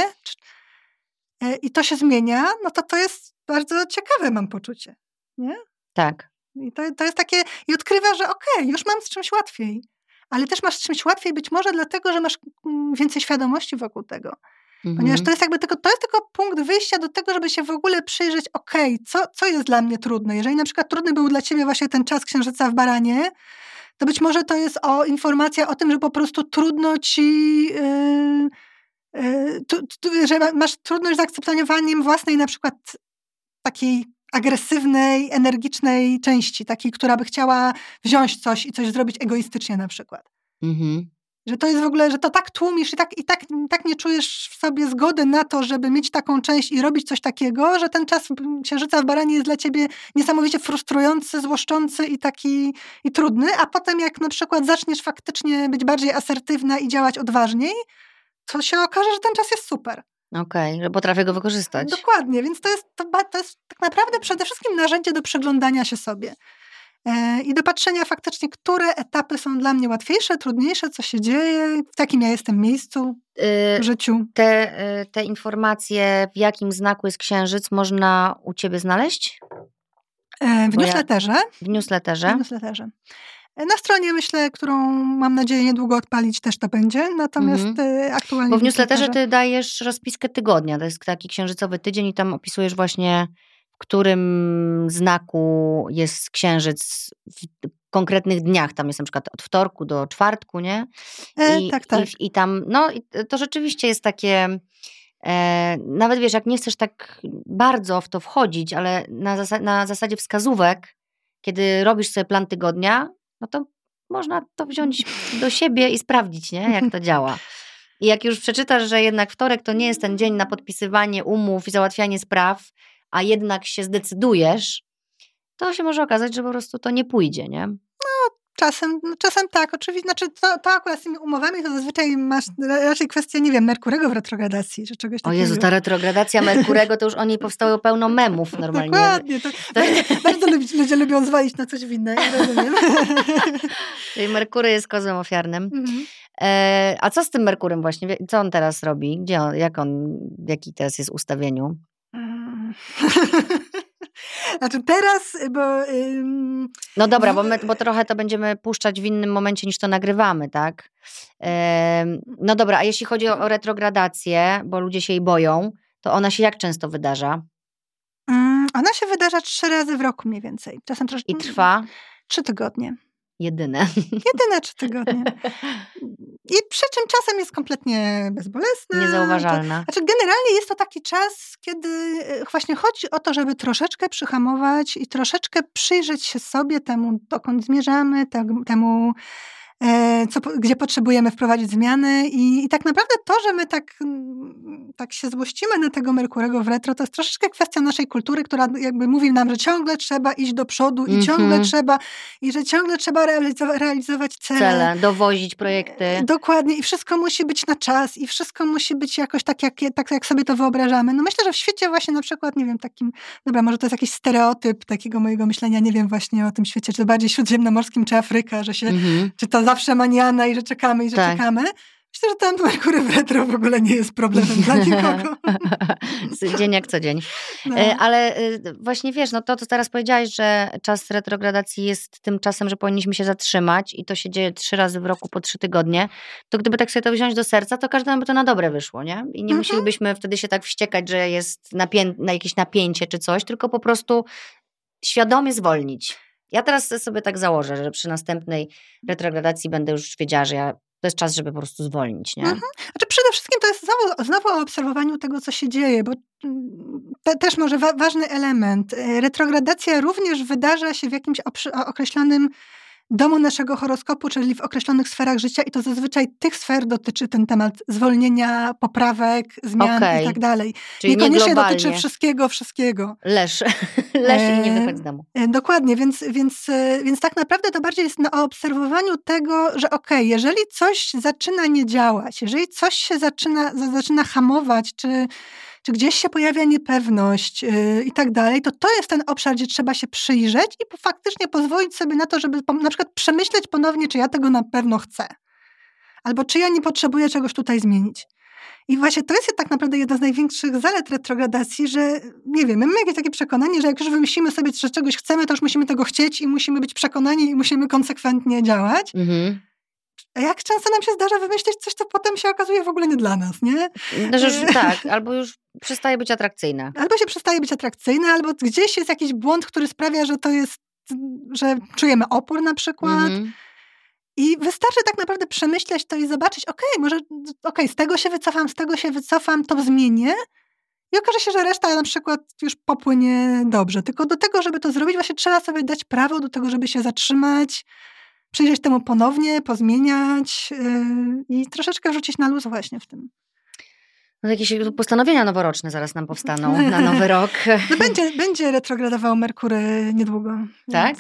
i to się zmienia, no to jest bardzo ciekawe, mam poczucie. Nie? Tak. I to jest takie, i odkrywa, że okej, już mam z czymś łatwiej. Ale też masz z czymś łatwiej być może dlatego, że masz więcej świadomości wokół tego. Ponieważ to jest tylko punkt wyjścia do tego, żeby się w ogóle przyjrzeć, co jest dla mnie trudne. Jeżeli na przykład trudny był dla ciebie właśnie ten czas księżyca w Baranie, to być może to jest informacja o tym, że po prostu trudno ci, że masz trudność z akceptowaniem własnej na przykład takiej agresywnej, energicznej części, takiej, która by chciała wziąć coś i coś zrobić egoistycznie na przykład. Że to jest w ogóle, że to tak tłumisz i tak nie czujesz w sobie zgody na to, żeby mieć taką część i robić coś takiego, że ten czas księżyca w Baranie jest dla ciebie niesamowicie frustrujący, złoszczący i trudny, a potem jak na przykład zaczniesz faktycznie być bardziej asertywna i działać odważniej, to się okaże, że ten czas jest super. Okej, że potrafię go wykorzystać. Dokładnie, więc to jest tak naprawdę przede wszystkim narzędzie do przyglądania się sobie. i do patrzenia faktycznie, które etapy są dla mnie łatwiejsze, trudniejsze, co się dzieje, w jakim ja jestem miejscu w życiu. Te informacje, w jakim znaku jest księżyc, można u ciebie znaleźć? W newsletterze. W newsletterze? W newsletterze. Na stronie, myślę, którą mam nadzieję niedługo odpalić, też to będzie, natomiast aktualnie... Bo w newsletterze ty dajesz rozpiskę tygodnia, to jest taki księżycowy tydzień i tam opisujesz właśnie, w którym znaku jest księżyc w konkretnych dniach. Tam jest na przykład od wtorku do czwartku, nie? Tak. I tam, to rzeczywiście jest takie... nawet wiesz, jak nie chcesz tak bardzo w to wchodzić, ale na zasadzie wskazówek, kiedy robisz sobie plan tygodnia, no to można to wziąć do siebie i sprawdzić, nie? Jak to działa. I jak już przeczytasz, że jednak wtorek to nie jest ten dzień na podpisywanie umów i załatwianie spraw, a jednak się zdecydujesz, to się może okazać, że po prostu to nie pójdzie, nie? Czasem tak, oczywiście. Znaczy to akurat z tymi umowami to zazwyczaj masz raczej kwestię, nie wiem, Merkurego w retrogradacji, czy czegoś takiego. O Jezu, ta retrogradacja Merkurego, to już o niej powstało pełno memów normalnie. Dokładnie. Bardzo ludzie lubią zwalić na coś winne, ja rozumiem. Czyli Merkury jest kozłem ofiarnym. A co z tym Merkurem właśnie? Co on teraz robi? Jaki teraz jest w ustawieniu? Znaczy teraz, bo... No dobra, bo trochę to będziemy puszczać w innym momencie niż to nagrywamy, tak? No dobra, a jeśli chodzi o retrogradację, bo ludzie się jej boją, to ona się jak często wydarza? Ona się wydarza 3 razy w roku mniej więcej. Czasem troszkę... I trwa? 3 tygodnie. Jedyne 3 tygodnie. I przy czym czasem jest kompletnie bezbolesna. Niezauważalna. Znaczy generalnie jest to taki czas, kiedy właśnie chodzi o to, żeby troszeczkę przyhamować i troszeczkę przyjrzeć się sobie temu, dokąd zmierzamy, temu, gdzie potrzebujemy wprowadzić zmiany i tak naprawdę to, że my tak się złościmy na tego Merkurego w retro, to jest troszeczkę kwestia naszej kultury, która jakby mówi nam, że ciągle trzeba iść do przodu i ciągle trzeba, i że ciągle trzeba realizować cele. Dowozić projekty. Dokładnie i wszystko musi być na czas i wszystko musi być jakoś tak jak sobie to wyobrażamy. No myślę, że w świecie właśnie na przykład, nie wiem, takim, dobra, może to jest jakiś stereotyp takiego mojego myślenia, nie wiem właśnie o tym świecie, czy to bardziej śródziemnomorskim, czy Afryka, że się, czy to zawsze maniana i że czekamy. Myślę, że ten Merkury w retro w ogóle nie jest problemem dla nikogo. Dzień jak co dzień. No. Ale właśnie wiesz, no to co teraz powiedziałaś, że czas retrogradacji jest tym czasem, że powinniśmy się zatrzymać i to się dzieje 3 razy w roku po 3 tygodnie, to gdyby tak sobie to wziąć do serca, to każdemu by to na dobre wyszło, nie? I nie musielibyśmy wtedy się tak wściekać, że jest na jakieś napięcie czy coś, tylko po prostu świadomie zwolnić. Ja teraz sobie tak założę, że przy następnej retrogradacji będę już wiedziała, że to jest czas, żeby po prostu zwolnić, nie? Znaczy przede wszystkim to jest znowu o obserwowaniu tego, co się dzieje, bo też może ważny element. Retrogradacja również wydarza się w jakimś określonym domu naszego horoskopu, czyli w określonych sferach życia i to zazwyczaj tych sfer dotyczy ten temat zwolnienia, poprawek, zmian i tak dalej. Czyli niekoniecznie dotyczy wszystkiego. Leż i nie wychodź z domu. Dokładnie, więc tak naprawdę to bardziej jest o obserwowaniu tego, że jeżeli coś zaczyna nie działać, jeżeli coś się zaczyna hamować, czy gdzieś się pojawia niepewność i tak dalej, to jest ten obszar, gdzie trzeba się przyjrzeć i faktycznie pozwolić sobie na to, żeby na przykład przemyśleć ponownie, czy ja tego na pewno chcę. Albo czy ja nie potrzebuję czegoś tutaj zmienić. I właśnie to jest tak naprawdę jedna z największych zalet retrogradacji, że nie wiem, my mamy jakieś takie przekonanie, że jak już wymyślimy sobie, że czegoś chcemy, to już musimy tego chcieć i musimy być przekonani i musimy konsekwentnie działać. A jak często nam się zdarza wymyślić coś, co potem się okazuje w ogóle nie dla nas, nie? Tak, albo już przestaje być atrakcyjne. Albo się przestaje być atrakcyjne, albo gdzieś jest jakiś błąd, który sprawia, że czujemy opór na przykład. I wystarczy tak naprawdę przemyśleć to i zobaczyć, z tego się wycofam, to zmienię. I okaże się, że reszta na przykład już popłynie dobrze. Tylko do tego, żeby to zrobić, właśnie trzeba sobie dać prawo do tego, żeby się zatrzymać, przyjrzeć temu ponownie, pozmieniać i troszeczkę wrzucić na luz właśnie w tym. No, jakieś postanowienia noworoczne zaraz nam powstaną na nowy rok. No będzie retrogradował Merkury niedługo. Tak?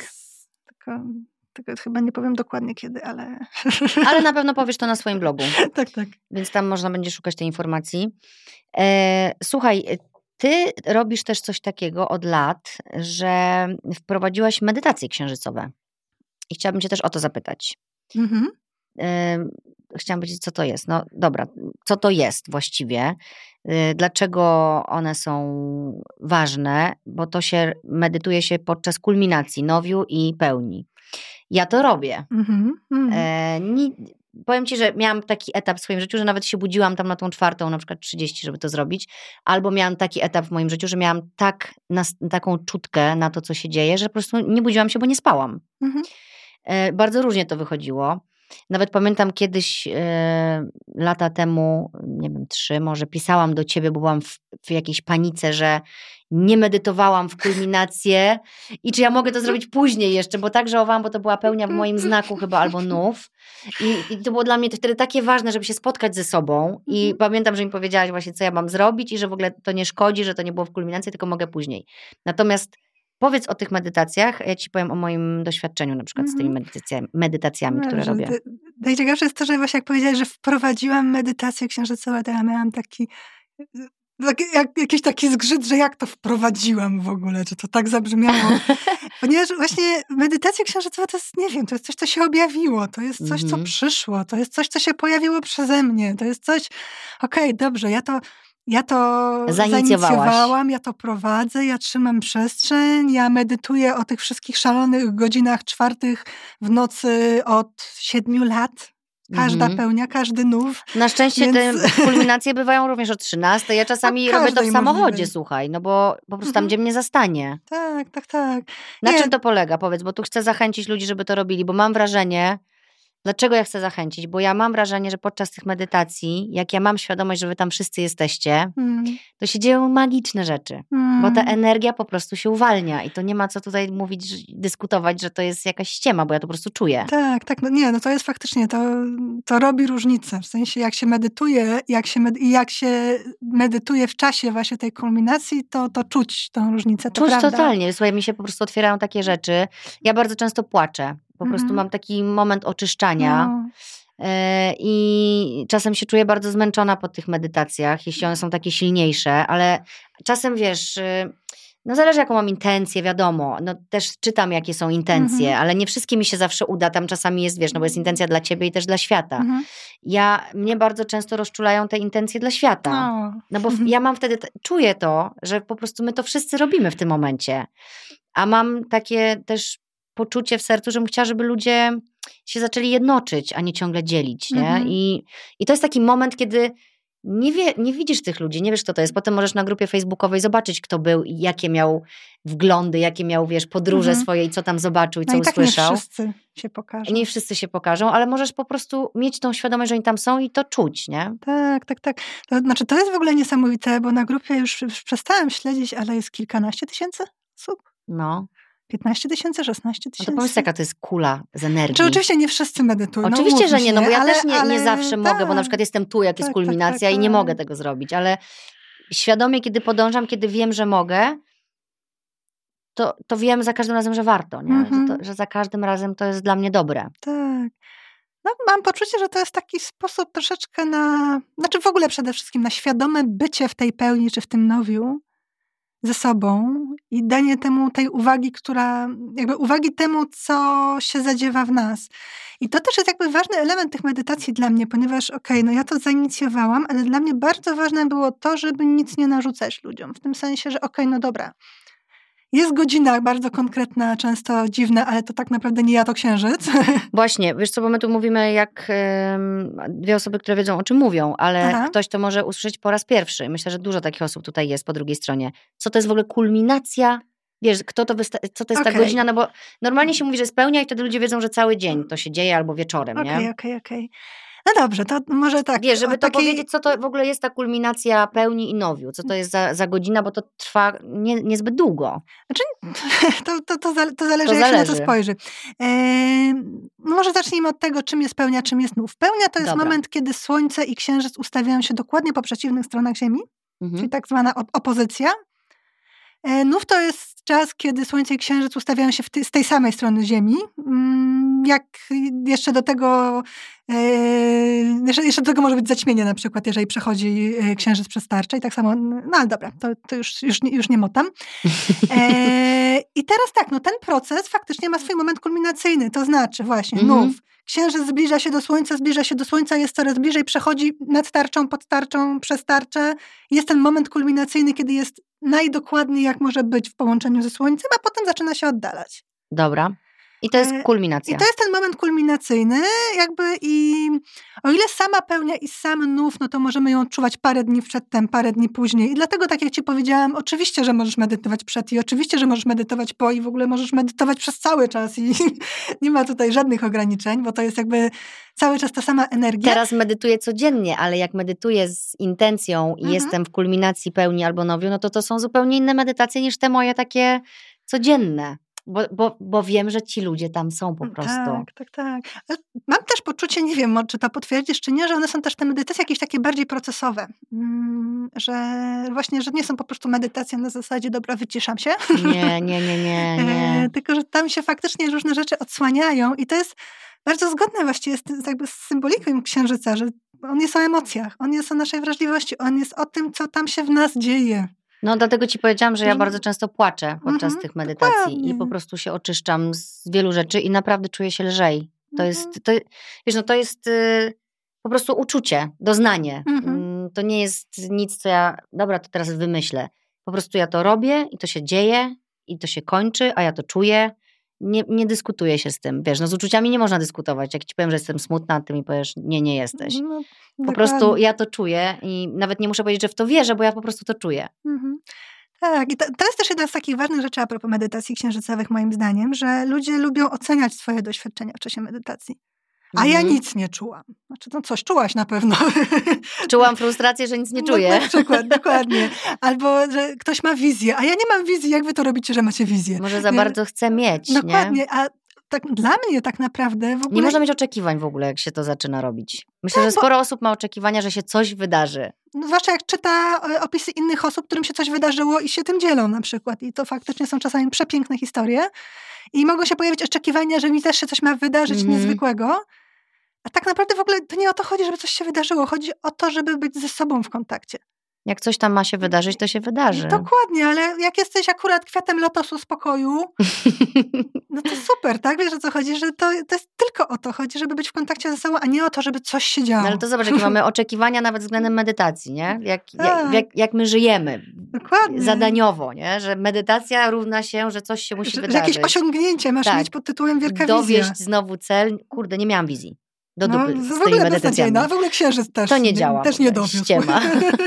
Tego chyba nie powiem dokładnie kiedy, ale... Ale na pewno powiesz to na swoim blogu. Tak. Więc tam można będzie szukać tej informacji. Słuchaj, Ty robisz też coś takiego od lat, że wprowadziłaś medytacje księżycowe. I chciałabym cię też o to zapytać. Mhm. Chciałam powiedzieć, co to jest. No dobra, co to jest właściwie? Dlaczego one są ważne? Bo to się medytuje się podczas kulminacji, nowiu i pełni. Ja to robię. Powiem ci, że miałam taki etap w swoim życiu, że nawet się budziłam tam na tą 4, na przykład 30, żeby to zrobić. Albo miałam taki etap w moim życiu, że miałam taką czutkę na to, co się dzieje, że po prostu nie budziłam się, bo nie spałam. Bardzo różnie to wychodziło. Nawet pamiętam kiedyś, lata temu, nie wiem, 3 może, pisałam do ciebie, bo byłam w jakiejś panice, że nie medytowałam w kulminację i czy ja mogę to zrobić później jeszcze, bo tak żałowałam, bo to była pełnia w moim znaku chyba, albo nów. I to było dla mnie wtedy takie ważne, żeby się spotkać ze sobą i pamiętam, że mi powiedziałaś właśnie, co ja mam zrobić i że w ogóle to nie szkodzi, że to nie było w kulminacji, tylko mogę później. Natomiast powiedz o tych medytacjach, ja ci powiem o moim doświadczeniu na przykład z tymi medytacjami, które robię. Najciekawsze jest to, że właśnie jak powiedziałaś, że wprowadziłam medytację księżycową, to ja miałam jakiś taki zgrzyt, że jak to wprowadziłam w ogóle, że to tak zabrzmiało. Ponieważ właśnie medytacja księżycowa to jest, nie wiem, to jest coś, co się objawiło, to jest coś, co przyszło, to jest coś, co się pojawiło przeze mnie, to jest coś, okej, dobrze, ja to zainicjowałam, ja to prowadzę, ja trzymam przestrzeń, ja medytuję o tych wszystkich szalonych godzinach 4 w nocy od 7 lat. Każda pełnia, każdy nów. Na szczęście te kulminacje bywają również o 13. Ja czasami robię to w samochodzie, słuchaj, no bo po prostu tam, gdzie mnie zastanie. Tak. Na czym to polega? Powiedz, bo tu chcę zachęcić ludzi, żeby to robili, bo mam wrażenie, dlaczego ja chcę zachęcić? Bo ja mam wrażenie, że podczas tych medytacji, jak ja mam świadomość, że wy tam wszyscy jesteście, to się dzieją magiczne rzeczy. Bo ta energia po prostu się uwalnia i to nie ma co tutaj mówić, dyskutować, że to jest jakaś ściema, bo ja to po prostu czuję. Tak, no to jest faktycznie, to robi różnicę. W sensie jak się medytuje, jak się medytuje w czasie właśnie tej kulminacji, to czuć tą różnicę. Czuć totalnie. Słuchaj, mi się po prostu otwierają takie rzeczy. Ja bardzo często płaczę. Po prostu mam taki moment oczyszczania i czasem się czuję bardzo zmęczona po tych medytacjach, jeśli one są takie silniejsze, ale czasem wiesz, no zależy jaką mam intencję, wiadomo, no też czytam jakie są intencje, ale nie wszystkie mi się zawsze uda, tam czasami jest, wiesz, no bo jest intencja dla ciebie i też dla świata. Mnie bardzo często rozczulają te intencje dla świata, no bo ja mam wtedy, czuję to, że po prostu my to wszyscy robimy w tym momencie, a mam takie też poczucie w sercu, że bym chciała, żeby ludzie się zaczęli jednoczyć, a nie ciągle dzielić, nie? I to jest taki moment, kiedy nie widzisz tych ludzi, nie wiesz, kto to jest. Potem możesz na grupie facebookowej zobaczyć, kto był i jakie miał wglądy, jakie miał, wiesz, podróże swoje i co tam zobaczył i co usłyszał. Nie wszyscy się pokażą. Nie wszyscy się pokażą, ale możesz po prostu mieć tą świadomość, że oni tam są i to czuć, nie? Tak. To znaczy, to jest w ogóle niesamowite, bo na grupie już przestałam śledzić, ale jest kilkanaście tysięcy osób. No. 15 000, 16 000. No to powiedz, jaka to jest kula z energii. Czy oczywiście nie wszyscy medytują. Oczywiście, że nie, no bo ja też nie zawsze mogę, bo na przykład jestem tu, jak jest kulminacja i nie mogę tego zrobić, ale świadomie, kiedy podążam, kiedy wiem, że mogę, to wiem za każdym razem, że warto, nie? Że za każdym razem to jest dla mnie dobre. Tak. No, mam poczucie, że to jest taki sposób troszeczkę znaczy w ogóle przede wszystkim na świadome bycie w tej pełni, czy w tym nowiu, ze sobą i danie temu tej uwagi, uwagi temu, co się zadziewa w nas. I to też jest jakby ważny element tych medytacji dla mnie, ponieważ no ja to zainicjowałam, ale dla mnie bardzo ważne było to, żeby nic nie narzucać ludziom. W tym sensie, że no dobra, jest godzina bardzo konkretna, często dziwna, ale to tak naprawdę nie ja, to księżyc. Właśnie, wiesz co, bo my tu mówimy jak dwie osoby, które wiedzą, o czym mówią, ale ktoś to może usłyszeć po raz pierwszy. Myślę, że dużo takich osób tutaj jest po drugiej stronie. Co to jest w ogóle kulminacja? Wiesz, co to jest ta godzina? No bo normalnie się mówi, że spełnia i wtedy ludzie wiedzą, że cały dzień to się dzieje albo wieczorem, nie? Okej. No dobrze, to może tak. Wiesz, żeby to powiedzieć, co to w ogóle jest ta kulminacja pełni i nowiu, co to jest za godzina, bo to trwa niezbyt długo. Znaczy, to zależy, jak się na to spojrzy. No może zacznijmy od tego, czym jest pełnia, czym jest nów. Pełnia to jest moment, kiedy Słońce i Księżyc ustawiają się dokładnie po przeciwnych stronach Ziemi, czyli tak zwana opozycja. Nów to jest czas, kiedy Słońce i Księżyc ustawiają się z tej samej strony Ziemi. jak jeszcze do tego może być zaćmienie na przykład, jeżeli przechodzi księżyc przez tarczę i tak samo, no ale dobra, to już nie motam. I teraz tak, no ten proces faktycznie ma swój moment kulminacyjny, to znaczy właśnie księżyc zbliża się do Słońca, jest coraz bliżej, przechodzi nad tarczą, pod tarczą, przez tarczę. Jest ten moment kulminacyjny, kiedy jest najdokładniej jak może być w połączeniu ze Słońcem, a potem zaczyna się oddalać. Dobra. I to jest kulminacja. I to jest ten moment kulminacyjny jakby i o ile sama pełnia i sam nów, no to możemy ją odczuwać parę dni przedtem, parę dni później. I dlatego, tak jak ci powiedziałam, oczywiście, że możesz medytować przed i oczywiście, że możesz medytować po i w ogóle możesz medytować przez cały czas i nie ma tutaj żadnych ograniczeń, bo to jest jakby cały czas ta sama energia. Teraz medytuję codziennie, ale jak medytuję z intencją i jestem w kulminacji pełni albo nowiu, no to są zupełnie inne medytacje niż te moje takie codzienne. Bo wiem, że ci ludzie tam są po prostu. Tak. Ale mam też poczucie, nie wiem, czy to potwierdzisz, czy nie, że one są też te medytacje jakieś takie bardziej procesowe. Że właśnie, że nie są po prostu medytacje na zasadzie, dobra, wyciszam się. Nie. Tylko, że tam się faktycznie różne rzeczy odsłaniają i to jest bardzo zgodne właściwie jakby z symboliką księżyca, że on jest o emocjach, on jest o naszej wrażliwości, on jest o tym, co tam się w nas dzieje. No dlatego ci powiedziałam, że ja bardzo często płaczę podczas tych medytacji dokładnie. I po prostu się oczyszczam z wielu rzeczy i naprawdę czuję się lżej. To jest po prostu uczucie, doznanie. To nie jest nic, co ja, dobra, to teraz wymyślę. Po prostu ja to robię i to się dzieje i to się kończy, a ja to czuję. Nie dyskutuję się z tym. Wiesz, no z uczuciami nie można dyskutować. Jak ci powiem, że jestem smutna, ty mi powiesz, nie jesteś. Po prostu ja to czuję i nawet nie muszę powiedzieć, że w to wierzę, bo ja po prostu to czuję. Tak, i to jest też jedna z takich ważnych rzeczy a propos medytacji księżycowych moim zdaniem, że ludzie lubią oceniać swoje doświadczenia w czasie medytacji. A ja nic nie czułam. Znaczy, no coś czułaś na pewno. Czułam frustrację, że nic nie czuję. No, na przykład, dokładnie. Albo, że ktoś ma wizję, a ja nie mam wizji. Jak wy to robicie, że macie wizję? Może za bardzo chcę mieć, dokładnie, nie? A tak, dla mnie tak naprawdę w ogóle... Nie można mieć oczekiwań w ogóle, jak się to zaczyna robić. Myślę, że sporo osób ma oczekiwania, że się coś wydarzy. No, zwłaszcza jak czyta opisy innych osób, którym się coś wydarzyło i się tym dzielą na przykład. I to faktycznie są czasami przepiękne historie. I mogą się pojawić oczekiwania, że mi też się coś ma wydarzyć niezwykłego. A tak naprawdę w ogóle to nie o to chodzi, żeby coś się wydarzyło. Chodzi o to, żeby być ze sobą w kontakcie. Jak coś tam ma się wydarzyć, to się wydarzy. Dokładnie, ale jak jesteś akurat kwiatem lotosu spokoju, no to super, tak? Wiesz, o co chodzi? Że to jest tylko o to chodzi, żeby być w kontakcie ze sobą, a nie o to, żeby coś się działo. No ale to zobacz, jakie mamy oczekiwania nawet względem medytacji, nie? Jak my żyjemy. Dokładnie. Zadaniowo, nie? Że medytacja równa się, że coś się musi wydarzyć. Że jakieś osiągnięcie masz mieć pod tytułem wielka wizja. Dowieść znowu cel. Kurde, nie miałam wizji. Do dupy z tymi medytacjami. A w ogóle księżyc też. To nie działa. Też nie dowiózł. Ściema.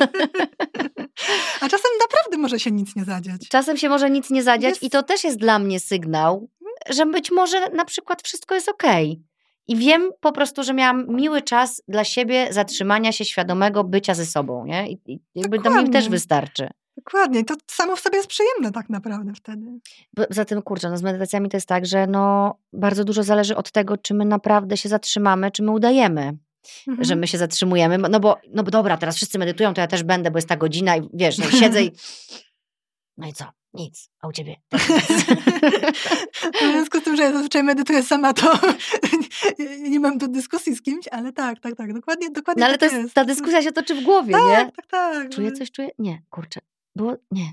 A czasem naprawdę może się nic nie zadziać. Czasem się może nic nie zadziać i to też jest dla mnie sygnał, że być może na przykład wszystko jest okej. I wiem po prostu, że miałam miły czas dla siebie zatrzymania się, świadomego bycia ze sobą, nie? I jakby to mi też wystarczy. Dokładnie. To samo w sobie jest przyjemne tak naprawdę wtedy. Za tym, kurczę, z medytacjami to jest tak, że bardzo dużo zależy od tego, czy my naprawdę się zatrzymamy, czy my udajemy, że my się zatrzymujemy. No bo dobra, teraz wszyscy medytują, to ja też będę, bo jest ta godzina i wiesz, siedzę i no i co? Nic. A u ciebie? W związku z tym, że ja zazwyczaj medytuję sama, to nie mam do dyskusji z kimś, ale tak, dokładnie. No ale tak ta dyskusja się toczy w głowie, nie? Tak. Czuję coś? Nie, kurczę. Było? Nie.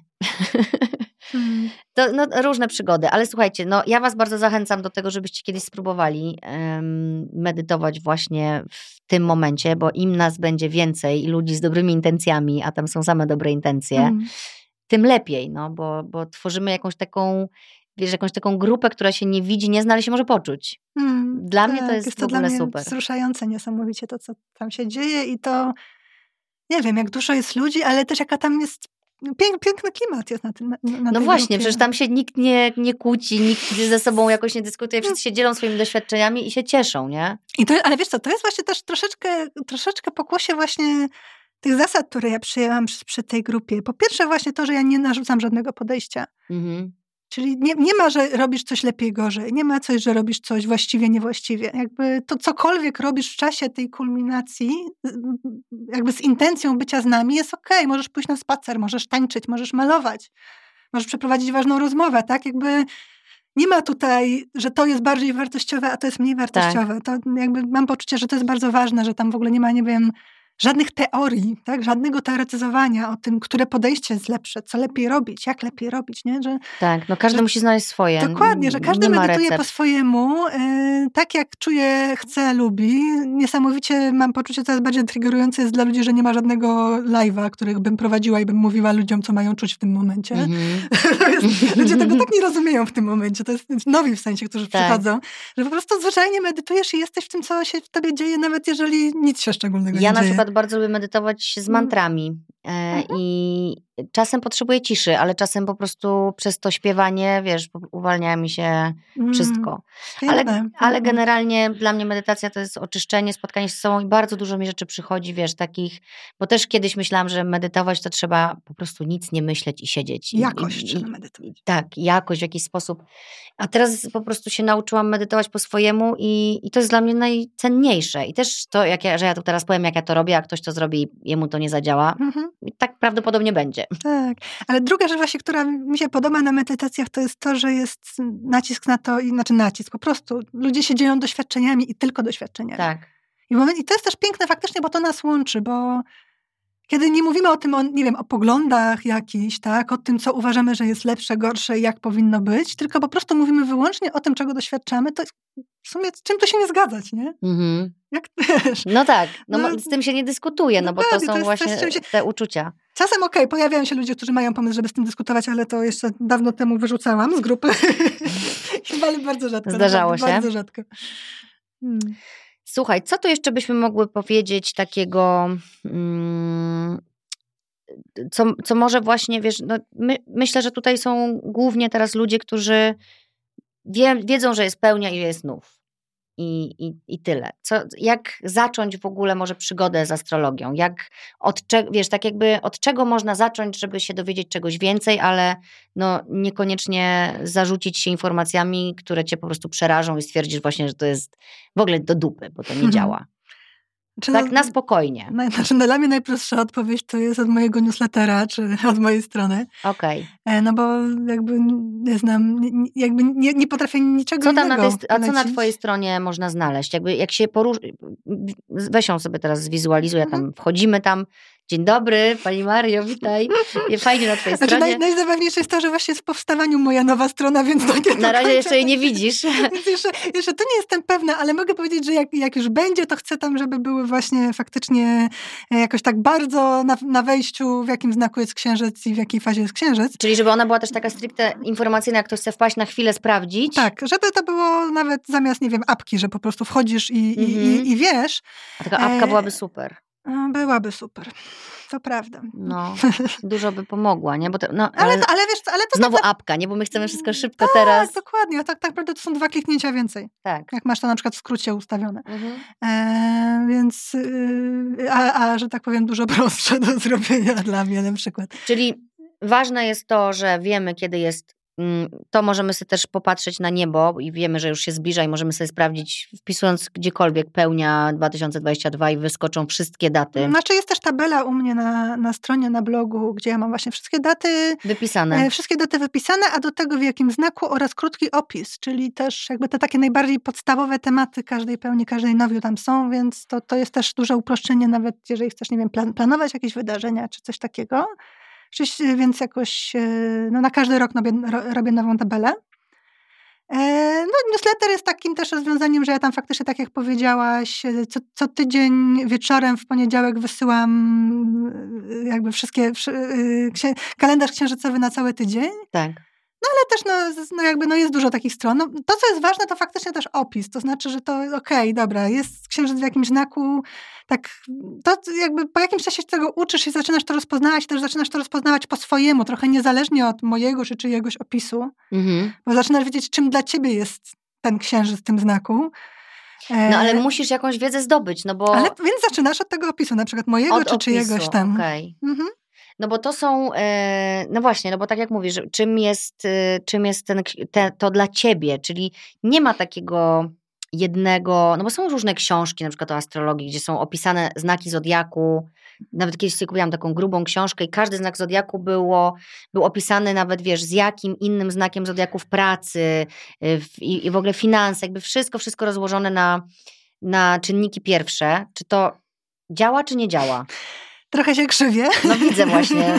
To różne przygody, ale słuchajcie, ja was bardzo zachęcam do tego, żebyście kiedyś spróbowali medytować właśnie w tym momencie, bo im nas będzie więcej i ludzi z dobrymi intencjami, a tam są same dobre intencje, tym lepiej, bo tworzymy jakąś taką grupę, która się nie widzi, nie zna, ale się może poczuć. Dla mnie to jest w ogóle dla mnie super. Wzruszające niesamowicie to, co tam się dzieje i to, nie wiem, jak dużo jest ludzi, ale też jaka tam jest piękny klimat jest na tym. No właśnie, przecież tam się nikt nie kłóci, nikt ze sobą jakoś nie dyskutuje, wszyscy się dzielą swoimi doświadczeniami i się cieszą, nie? Ale wiesz co, to jest właśnie też troszeczkę pokłosie właśnie tych zasad, które ja przyjęłam przy tej grupie. Po pierwsze właśnie to, że ja nie narzucam żadnego podejścia. Czyli nie ma, że robisz coś lepiej, gorzej. Nie ma coś, że robisz coś właściwie, niewłaściwie. Jakby to cokolwiek robisz w czasie tej kulminacji, jakby z intencją bycia z nami jest okej. Możesz pójść na spacer, możesz tańczyć, możesz malować, możesz przeprowadzić ważną rozmowę, tak? Jakby nie ma tutaj, że to jest bardziej wartościowe, a to jest mniej wartościowe. To jakby mam poczucie, że to jest bardzo ważne, że tam w ogóle nie ma, nie wiem, żadnych teorii, tak? Żadnego teoretyzowania o tym, które podejście jest lepsze, co lepiej robić, jak lepiej robić, nie? Tak, no każdy musi znaleźć swoje. Dokładnie, że każdy medytuje po swojemu, tak jak czuje, chce, lubi. Niesamowicie mam poczucie, coraz bardziej triggerujące jest dla ludzi, że nie ma żadnego live'a, których bym prowadziła i bym mówiła ludziom, co mają czuć w tym momencie. Ludzie tego tak nie rozumieją w tym momencie. To jest nowi w sensie, którzy przychodzą, że po prostu zwyczajnie medytujesz i jesteś w tym, co się w tobie dzieje, nawet jeżeli nic się szczególnego nie dzieje. Ja na przykład bardzo lubię medytować z mantrami i czasem potrzebuję ciszy, ale czasem po prostu przez to śpiewanie, wiesz, uwalnia mi się wszystko. Ale generalnie dla mnie medytacja to jest oczyszczenie, spotkanie się z sobą i bardzo dużo mi rzeczy przychodzi, wiesz, takich, bo też kiedyś myślałam, że medytować to trzeba po prostu nic nie myśleć i siedzieć. Jakość trzeba medytować. Tak, jakość w jakiś sposób. A teraz po prostu się nauczyłam medytować po swojemu i to jest dla mnie najcenniejsze. I też to, że ja tu teraz powiem, jak ja to robię, a ktoś to zrobi, jemu to nie zadziała. I tak prawdopodobnie będzie. Tak, ale druga rzecz właśnie, która mi się podoba na medytacjach, to jest to, że jest nacisk na to, nacisk, po prostu ludzie się dzielą doświadczeniami i tylko doświadczeniami. Tak. I to jest też piękne faktycznie, bo to nas łączy, bo kiedy nie mówimy o tym, nie wiem, o poglądach jakichś, tak, o tym, co uważamy, że jest lepsze, gorsze, jak powinno być, tylko po prostu mówimy wyłącznie o tym, czego doświadczamy, to w sumie z czym to się nie zgadzać, nie? Jak też. No tak, z tym się nie dyskutuje, no bo to są właśnie te uczucia. Czasem pojawiają się ludzie, którzy mają pomysł, żeby z tym dyskutować, ale to jeszcze dawno temu wyrzucałam z grupy. Ale bardzo rzadko. Zdarzało się? Bardzo rzadko. Słuchaj, co tu jeszcze byśmy mogły powiedzieć takiego, co może właśnie, wiesz, myślę, że tutaj są głównie teraz ludzie, którzy wiedzą, że jest pełnia i jest nów. I tyle. Jak zacząć w ogóle może przygodę z astrologią? Od czego można zacząć, żeby się dowiedzieć czegoś więcej, ale niekoniecznie zarzucić się informacjami, które cię po prostu przerażą i stwierdzisz właśnie, że to jest w ogóle do dupy, bo to nie działa. Tak na spokojnie. Dla mnie najprostsza odpowiedź to jest od mojego newslettera, czy od mojej strony. Okej. No bo jakby nie znam, jakby nie potrafię niczego innego co na twojej stronie można znaleźć? Jakby jak się weź ją sobie teraz zwizualizuj, tam wchodzimy tam. Dzień dobry, pani Mario, witaj. Fajnie na twojej stronie. Najzabawniejsze jest to, że właśnie jest w powstawaniu moja nowa strona, więc na razie jeszcze jej nie widzisz. Więc jeszcze tu nie jestem pewna, ale mogę powiedzieć, że jak już będzie, to chcę tam, żeby były właśnie faktycznie jakoś tak bardzo na wejściu, w jakim znaku jest księżyc i w jakiej fazie jest księżyc. Czyli żeby ona była też taka stricte informacyjna, jak ktoś chce wpaść na chwilę, sprawdzić. Tak, żeby to było nawet zamiast, nie wiem, apki, że po prostu wchodzisz i wiesz. A taka apka byłaby super. Byłaby super. To prawda. Dużo by pomogła, nie? Bo ale wiesz, to znowu apka, nie? Bo my chcemy wszystko szybko teraz. Tak, dokładnie. A tak naprawdę to są 2 kliknięcia więcej. Tak. Jak masz to na przykład w skrócie ustawione. Więc, że tak powiem, dużo prostsze do zrobienia dla mnie na przykład. Czyli ważne jest to, że wiemy, kiedy jest, to możemy sobie też popatrzeć na niebo i wiemy, że już się zbliża i możemy sobie sprawdzić, wpisując gdziekolwiek pełnia 2022 i wyskoczą wszystkie daty. Znaczy jest też tabela u mnie na stronie, na blogu, gdzie ja mam właśnie wszystkie daty wypisane. Wszystkie daty wypisane, a do tego w jakim znaku oraz krótki opis, czyli też jakby te takie najbardziej podstawowe tematy każdej pełni, każdej nowiu tam są, więc to jest też duże uproszczenie, nawet jeżeli chcesz, nie wiem, planować jakieś wydarzenia czy coś takiego. Więc jakoś na każdy rok robię nową tabelę. Newsletter jest takim też rozwiązaniem, że ja tam faktycznie, tak jak powiedziałaś, co tydzień wieczorem w poniedziałek wysyłam jakby kalendarz księżycowy na cały tydzień. Tak. Ale też jest dużo takich stron. To, co jest ważne, to faktycznie też opis. To znaczy, że to dobra, jest księżyc w jakimś znaku, tak, to jakby po jakimś czasie się tego uczysz i zaczynasz to rozpoznawać, też zaczynasz to rozpoznawać po swojemu, trochę niezależnie od mojego czy czyjegoś opisu, bo zaczynasz wiedzieć, czym dla ciebie jest ten księżyc w tym znaku. Ale musisz jakąś wiedzę zdobyć, Więc zaczynasz od tego opisu, na przykład mojego czy czyjegoś tam. Okej. No bo to są, no właśnie, no bo tak jak mówisz, czym jest to dla ciebie, czyli nie ma takiego jednego, no bo są różne książki, na przykład o astrologii, gdzie są opisane znaki zodiaku. Nawet kiedyś sobie kupiłam taką grubą książkę i każdy znak zodiaku był opisany nawet, wiesz, z jakim innym znakiem zodiaku w pracy i w ogóle finanse, jakby wszystko rozłożone na czynniki pierwsze. Czy to działa, czy nie działa? Trochę się krzywię. No widzę właśnie.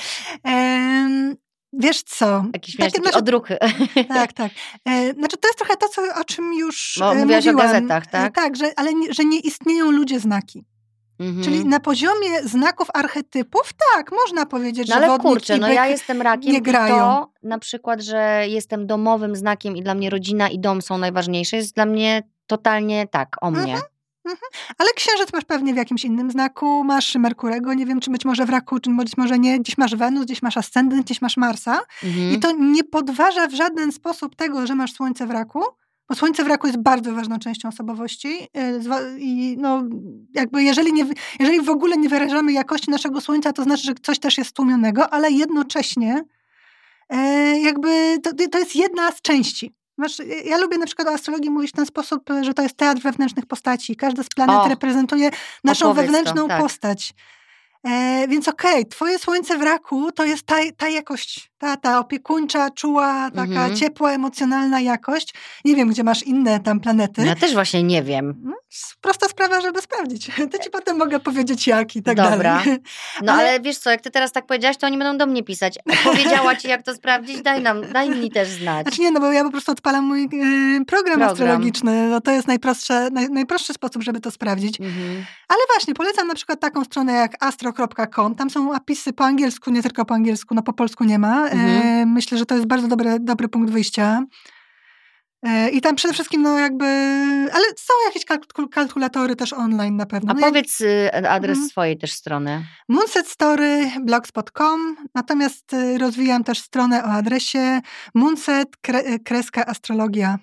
Wiesz co? Jakieś miałeś takie odruchy. Tak. Znaczy to jest trochę to, o czym już mówiłaś mówiłam. O gazetach, tak? Tak, że nie istnieją ludzie znaki. Czyli na poziomie znaków archetypów, tak, można powiedzieć, że wodnik kurczę, i byk ja jestem rakiem nie grają. I to na przykład, że jestem domowym znakiem i dla mnie rodzina i dom są najważniejsze, jest dla mnie totalnie tak, o mnie. Ale księżyc masz pewnie w jakimś innym znaku, masz Merkurego, nie wiem, czy być może w Raku, czy być może nie, gdzieś masz Wenus, gdzieś masz Ascendent, gdzieś masz Marsa i to nie podważa w żaden sposób tego, że masz Słońce w Raku, bo Słońce w Raku jest bardzo ważną częścią osobowości i no jakby jeżeli w ogóle nie wyrażamy jakości naszego Słońca, to znaczy, że coś też jest stłumionego, ale jednocześnie jakby to jest jedna z części. Ja lubię na przykład o astrologii mówić w ten sposób, że to jest teatr wewnętrznych postaci. Każda z planet reprezentuje naszą wewnętrzną postać. Więc twoje Słońce w Raku to jest ta jakość, ta opiekuńcza, czuła, taka ciepła, emocjonalna jakość. Nie wiem, gdzie masz inne tam planety. Ja też właśnie nie wiem. No, prosta sprawa, żeby sprawdzić. To ci potem mogę powiedzieć jak i tak dalej. No ale wiesz co, jak ty teraz tak powiedziałaś, to oni będą do mnie pisać. Powiedziała ci, jak to sprawdzić? Daj mi też znać. Znaczy nie, no bo ja po prostu odpalam mój program astrologiczny. No to jest najprostszy sposób, żeby to sprawdzić. Ale właśnie, polecam na przykład taką stronę jak astro.com. Tam są opisy po angielsku, nie tylko po angielsku, no po polsku nie ma. Myślę, że to jest bardzo dobry punkt wyjścia. I tam przede wszystkim, no jakby, ale są jakieś kalkulatory też online na pewno. A powiedz adres swojej też strony. moonsetstory.blogspot.com, natomiast rozwijam też stronę o adresie moonset-astrologia.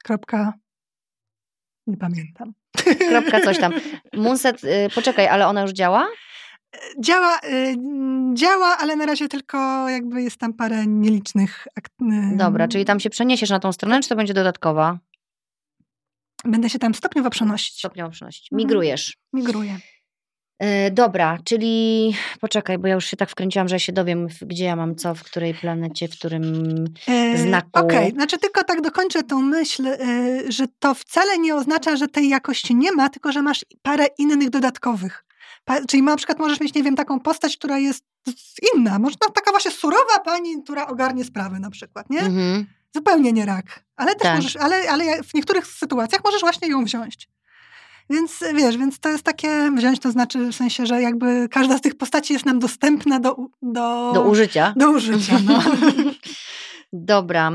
Nie pamiętam. Coś tam. Moonset, poczekaj, ale ona już działa? Działa, ale na razie tylko jakby jest tam parę nielicznych. Dobra, czyli tam się przeniesiesz na tą stronę, czy to będzie dodatkowa? Będę się tam stopniowo przenosić. Migrujesz. Migruję. Dobra, czyli poczekaj, bo ja już się tak wkręciłam, że ja się dowiem, gdzie ja mam co, w której planecie, w którym znaku. Okej, znaczy tylko tak dokończę tą myśl, że to wcale nie oznacza, że tej jakości nie ma, tylko że masz parę innych dodatkowych. Czyli na przykład możesz mieć, nie wiem, taką postać, która jest inna. Może taka właśnie surowa pani, która ogarnie sprawy na przykład, nie? Zupełnie nie rak. Ale też możesz, ale w niektórych sytuacjach możesz właśnie ją wziąć. Więc wiesz, to jest takie, wziąć to znaczy w sensie, że jakby każda z tych postaci jest nam dostępna do użycia. Do użycia, no. Dobra.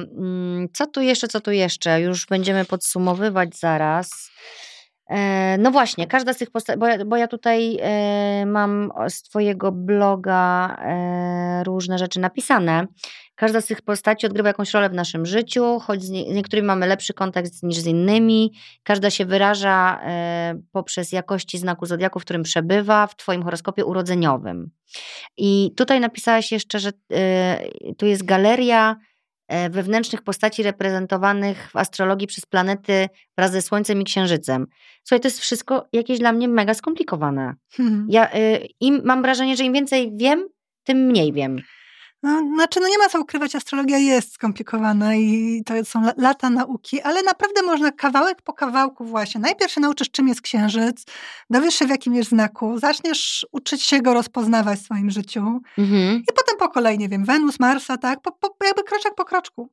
Co tu jeszcze? Już będziemy podsumowywać zaraz. No właśnie, każda z tych postaci, bo ja tutaj mam z twojego bloga różne rzeczy napisane. Każda z tych postaci odgrywa jakąś rolę w naszym życiu, choć z niektórymi mamy lepszy kontakt niż z innymi. Każda się wyraża poprzez jakości znaku zodiaku, w którym przebywa w twoim horoskopie urodzeniowym. I tutaj napisałaś jeszcze, że tu jest galeria wewnętrznych postaci reprezentowanych w astrologii przez planety wraz ze Słońcem i Księżycem. Słuchaj, to jest wszystko jakieś dla mnie mega skomplikowane. Ja mam wrażenie, że im więcej wiem, tym mniej wiem. Znaczy, nie ma co ukrywać, astrologia jest skomplikowana i to są lata nauki, ale naprawdę można kawałek po kawałku właśnie. Najpierw się nauczysz, czym jest Księżyc, dowiesz się, w jakim jest znaku, zaczniesz uczyć się go rozpoznawać w swoim życiu i potem po kolei, nie wiem, Wenus, Marsa, tak, jakby kroczek po kroczku.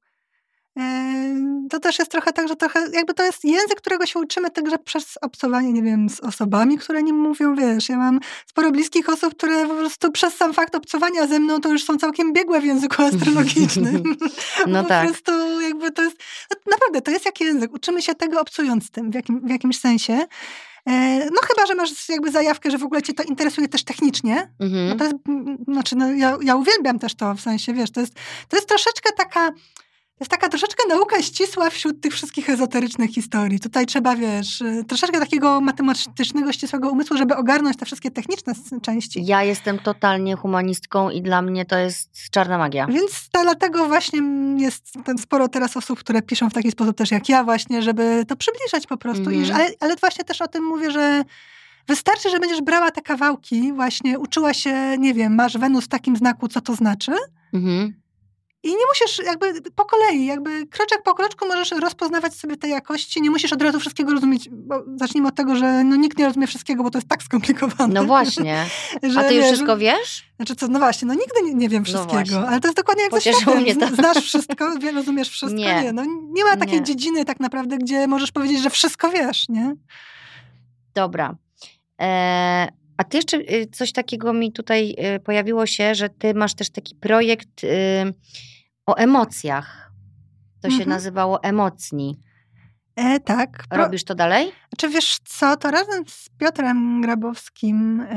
To też jest trochę tak, że jakby to jest język, którego się uczymy także przez obcowanie, nie wiem, z osobami, które nim mówią, wiesz, ja mam sporo bliskich osób, które po prostu przez sam fakt obcowania ze mną to już są całkiem biegłe w języku astrologicznym. No po tak. prostu jakby to jest, naprawdę to jest jak język, uczymy się tego obcując tym w jakimś sensie. No chyba, że masz jakby zajawkę, że w ogóle cię to interesuje też technicznie. No to jest, znaczy ja uwielbiam też to, w sensie, wiesz, to jest troszeczkę taka To jest taka troszeczkę nauka ścisła wśród tych wszystkich ezoterycznych historii. Tutaj trzeba, troszeczkę takiego matematycznego, ścisłego umysłu, żeby ogarnąć te wszystkie techniczne części. Ja jestem totalnie humanistką i dla mnie to jest czarna magia. Więc dlatego właśnie jest sporo teraz osób, które piszą w taki sposób też jak ja właśnie, żeby to przybliżać po prostu. Ale właśnie też o tym mówię, że wystarczy, że będziesz brała te kawałki, właśnie uczyła się, nie wiem, masz Wenus w takim znaku, co to znaczy. I nie musisz po kolei, kroczek po kroczku możesz rozpoznawać sobie te jakości, nie musisz od razu wszystkiego rozumieć, bo zacznijmy od tego, że nikt nie rozumie wszystkiego, bo to jest tak skomplikowane. No właśnie. A ty już wszystko wiesz? Znaczy co, no właśnie, nigdy nie wiem wszystkiego, ale to jest dokładnie jak ze światem. Znasz wszystko, rozumiesz wszystko? Nie ma takiej dziedziny tak naprawdę, gdzie możesz powiedzieć, że wszystko wiesz, nie? Dobra. A ty jeszcze coś takiego mi tutaj pojawiło się, że ty masz też taki projekt o emocjach. To się nazywało Emocni. Tak. Robisz to dalej? Znaczy wiesz co, to razem z Piotrem Grabowskim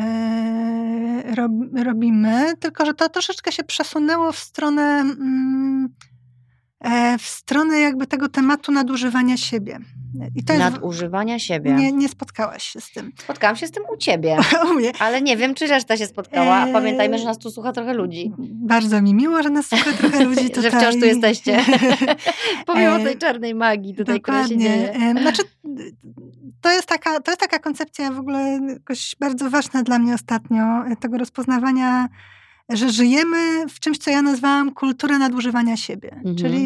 robimy, tylko że to troszeczkę się przesunęło w stronę jakby tego tematu nadużywania siebie. I to nadużywania siebie. Nie spotkałaś się z tym. Spotkałam się z tym u ciebie. Ale nie wiem, czy reszta się spotkała. A pamiętajmy, że nas tu słucha trochę ludzi. Bardzo mi miło, że nas słucha trochę ludzi tutaj. Że wciąż tu jesteście. Pomimo tej czarnej magii tutaj, która się dzieje. Znaczy, to jest taka koncepcja w ogóle jakoś bardzo ważna dla mnie ostatnio, tego rozpoznawania, że żyjemy w czymś, co ja nazwałam kulturę nadużywania siebie.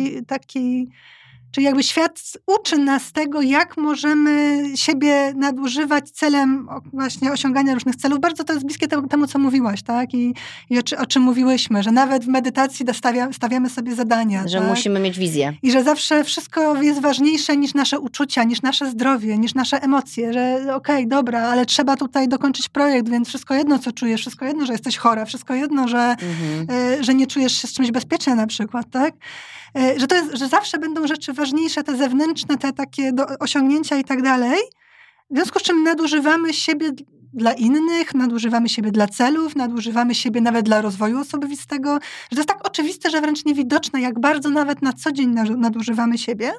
Czyli jakby świat uczy nas tego, jak możemy siebie nadużywać celem właśnie osiągania różnych celów. Bardzo to jest bliskie temu, co mówiłaś, tak? I o czym mówiłyśmy, że nawet w medytacji stawiamy sobie zadania. Że tak? musimy mieć wizję. I że zawsze wszystko jest ważniejsze niż nasze uczucia, niż nasze zdrowie, niż nasze emocje. Że okej, dobra, ale trzeba tutaj dokończyć projekt, więc wszystko jedno, co czujesz, wszystko jedno, że jesteś chora, wszystko jedno, że nie czujesz się z czymś bezpiecznie na przykład, tak? Że zawsze będą rzeczy ważniejsze, te zewnętrzne, te takie do osiągnięcia i tak dalej. W związku z czym nadużywamy siebie dla innych, nadużywamy siebie dla celów, nadużywamy siebie nawet dla rozwoju osobistego. Że to jest tak oczywiste, że wręcz niewidoczne, jak bardzo nawet na co dzień nadużywamy siebie.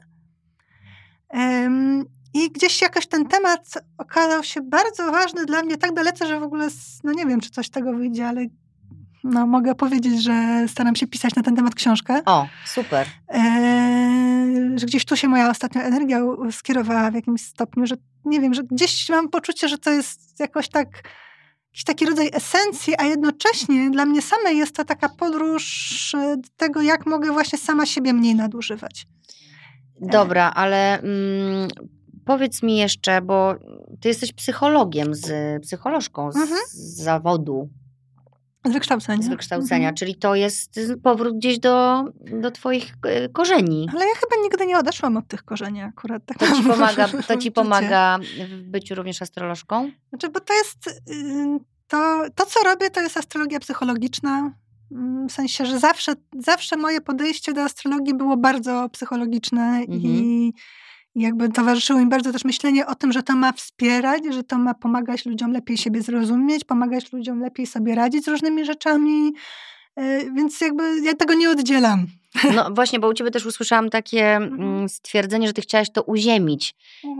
I gdzieś jakoś ten temat okazał się bardzo ważny dla mnie, tak dalece, że w ogóle, nie wiem, czy coś z tego wyjdzie, ale mogę powiedzieć, że staram się pisać na ten temat książkę. O, super. Że gdzieś tu się moja ostatnia energia skierowała w jakimś stopniu, że nie wiem, że gdzieś mam poczucie, że to jest jakoś tak, jakiś taki rodzaj esencji, a jednocześnie dla mnie samej jest to taka podróż tego, jak mogę właśnie sama siebie mniej nadużywać. Dobra, ale powiedz mi jeszcze, bo ty jesteś psycholożką z zawodu. Z wykształcenia, czyli to jest powrót gdzieś do twoich korzeni. Ale ja chyba nigdy nie odeszłam od tych korzeni akurat. Tak to ci pomaga w byciu również astrolożką? Znaczy, bo to jest... To, co robię, to jest astrologia psychologiczna. W sensie, że zawsze moje podejście do astrologii było bardzo psychologiczne i jakby towarzyszyło mi bardzo też myślenie o tym, że to ma wspierać, że to ma pomagać ludziom lepiej siebie zrozumieć, pomagać ludziom lepiej sobie radzić z różnymi rzeczami, więc jakby ja tego nie oddzielam. No właśnie, bo u ciebie też usłyszałam takie stwierdzenie, że ty chciałaś to uziemić.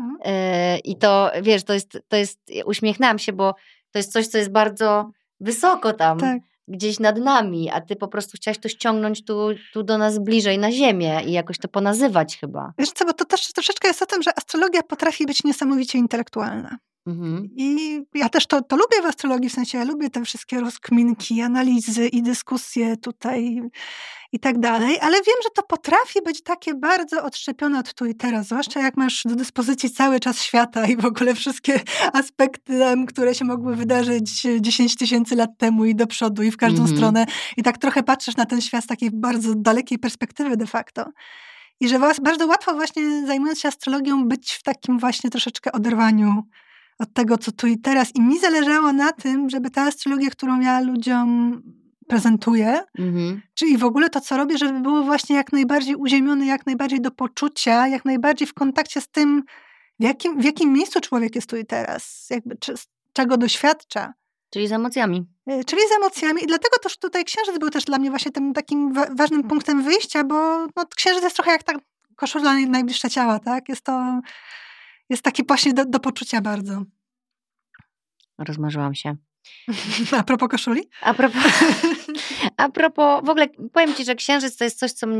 I to, wiesz, to jest, uśmiechnęłam się, bo to jest coś, co jest bardzo wysoko tam. Tak. Gdzieś nad nami, a ty po prostu chciałaś to ściągnąć tu do nas bliżej, na ziemię i jakoś to ponazywać chyba. Wiesz co, bo to też troszeczkę jest o tym, że astrologia potrafi być niesamowicie intelektualna. I ja też to lubię w astrologii, w sensie ja lubię te wszystkie rozkminki, analizy i dyskusje tutaj i tak dalej, ale wiem, że to potrafi być takie bardzo odszczepione od tu i teraz, zwłaszcza jak masz do dyspozycji cały czas świata i w ogóle wszystkie aspekty, które się mogły wydarzyć 10 000 lat temu i do przodu i w każdą stronę i tak trochę patrzysz na ten świat z takiej bardzo dalekiej perspektywy de facto. I że bardzo łatwo właśnie zajmując się astrologią być w takim właśnie troszeczkę oderwaniu od tego, co tu i teraz. I mi zależało na tym, żeby ta astrologia, którą ja ludziom prezentuję, czyli w ogóle to, co robię, żeby było właśnie jak najbardziej uziemione, jak najbardziej do poczucia, jak najbardziej w kontakcie z tym, w jakim miejscu człowiek jest tu i teraz, jakby czego doświadcza. Czyli z emocjami. Czyli z emocjami i dlatego też tutaj księżyc był też dla mnie właśnie tym takim ważnym punktem wyjścia, bo księżyc jest trochę jak ta koszula najbliższa ciała, tak? Jest taki właśnie do poczucia bardzo. Rozmarzyłam się. A propos koszuli? A propos, w ogóle powiem ci, że księżyc to jest coś, co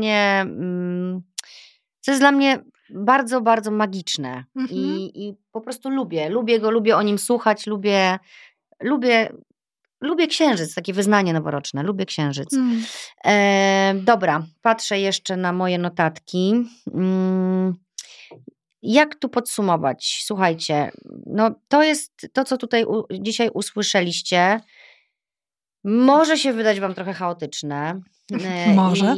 jest dla mnie bardzo, bardzo magiczne. I po prostu lubię go, lubię o nim słuchać, lubię księżyc, takie wyznanie noworoczne, lubię księżyc. Dobra, patrzę jeszcze na moje notatki. Jak tu podsumować? Słuchajcie, to jest to, co tutaj dzisiaj usłyszeliście. Może się wydać wam trochę chaotyczne. Może.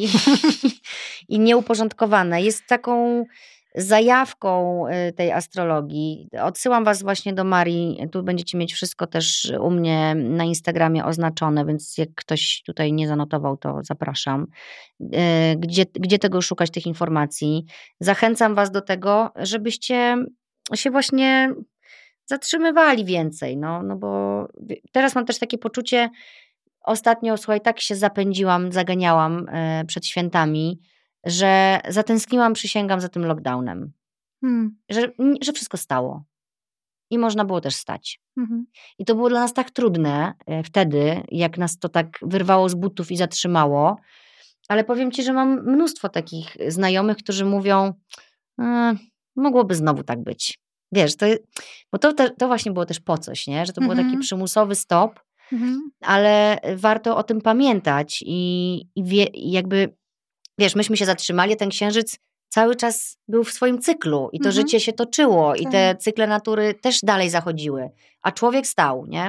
I nieuporządkowane. Jest taką zajawką tej astrologii. Odsyłam was właśnie do Marii. Tu będziecie mieć wszystko też u mnie na Instagramie oznaczone, więc jak ktoś tutaj nie zanotował, to zapraszam. Gdzie tego szukać, tych informacji. Zachęcam was do tego, żebyście się właśnie zatrzymywali więcej. No bo teraz mam też takie poczucie, ostatnio, słuchaj, tak się zapędziłam, zaganiałam przed świętami, że zatęskniłam, przysięgam, za tym lockdownem. Że wszystko stało. I można było też stać. I to było dla nas tak trudne wtedy, jak nas to tak wyrwało z butów i zatrzymało. Ale powiem ci, że mam mnóstwo takich znajomych, którzy mówią, mogłoby znowu tak być. Wiesz, bo to właśnie było też po coś, nie? Że to był taki przymusowy stop, ale warto o tym pamiętać i jakby, wiesz, myśmy się zatrzymali, a ten księżyc cały czas był w swoim cyklu i to życie się toczyło i te cykle natury też dalej zachodziły, a człowiek stał, nie?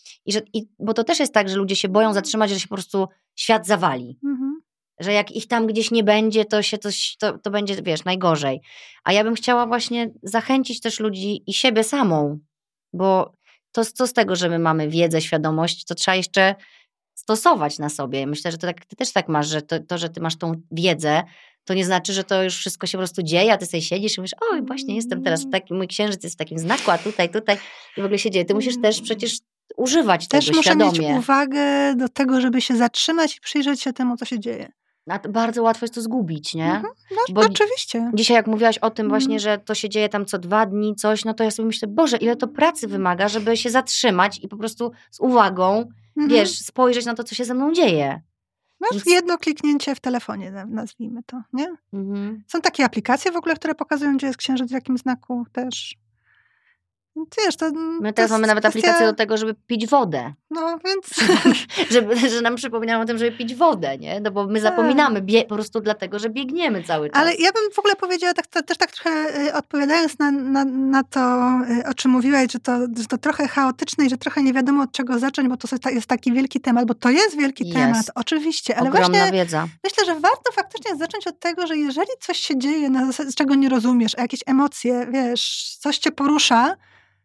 Bo to też jest tak, że ludzie się boją zatrzymać, że się po prostu świat zawali. Że jak ich tam gdzieś nie będzie, to będzie, wiesz, najgorzej. A ja bym chciała właśnie zachęcić też ludzi i siebie samą, bo to co z tego, że my mamy wiedzę, świadomość, to trzeba jeszcze stosować na sobie. Myślę, że ty też tak masz, że że ty masz tą wiedzę, to nie znaczy, że to już wszystko się po prostu dzieje, a ty sobie siedzisz i mówisz, oj, właśnie jestem teraz mój księżyc jest w takim znaku, a tutaj i w ogóle się dzieje. Ty musisz też przecież używać tego świadomie. Też muszę mieć uwagę do tego, żeby się zatrzymać i przyjrzeć się temu, co się dzieje. Bardzo łatwo jest to zgubić, nie? Bo oczywiście. Dzisiaj jak mówiłaś o tym właśnie, że to się dzieje tam co 2 dni, coś, no to ja sobie myślę, Boże, ile to pracy wymaga, żeby się zatrzymać i po prostu z uwagą, wiesz, spojrzeć na to, co się ze mną dzieje. Więc jedno kliknięcie w telefonie, nazwijmy to, nie? Są takie aplikacje w ogóle, które pokazują, gdzie jest księżyc, w jakim znaku też. Wiesz, my teraz mamy nawet aplikację do tego, żeby pić wodę. No, więc... że nam przypomniało o tym, żeby pić wodę, nie? No bo my zapominamy po prostu dlatego, że biegniemy cały czas. Ale ja bym w ogóle powiedziała, też tak trochę odpowiadając na to, o czym mówiłaś, że to trochę chaotyczne i że trochę nie wiadomo od czego zacząć, bo to jest taki wielki temat, bo to jest wielki temat, oczywiście. Ale ogromna właśnie wiedza. Myślę, że warto faktycznie zacząć od tego, że jeżeli coś się dzieje, z czego nie rozumiesz, a jakieś emocje, wiesz, coś cię porusza,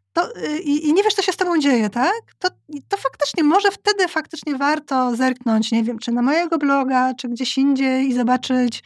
i nie wiesz, co się z tobą dzieje, tak? To faktycznie, może wtedy faktycznie warto zerknąć, nie wiem, czy na mojego bloga, czy gdzieś indziej i zobaczyć,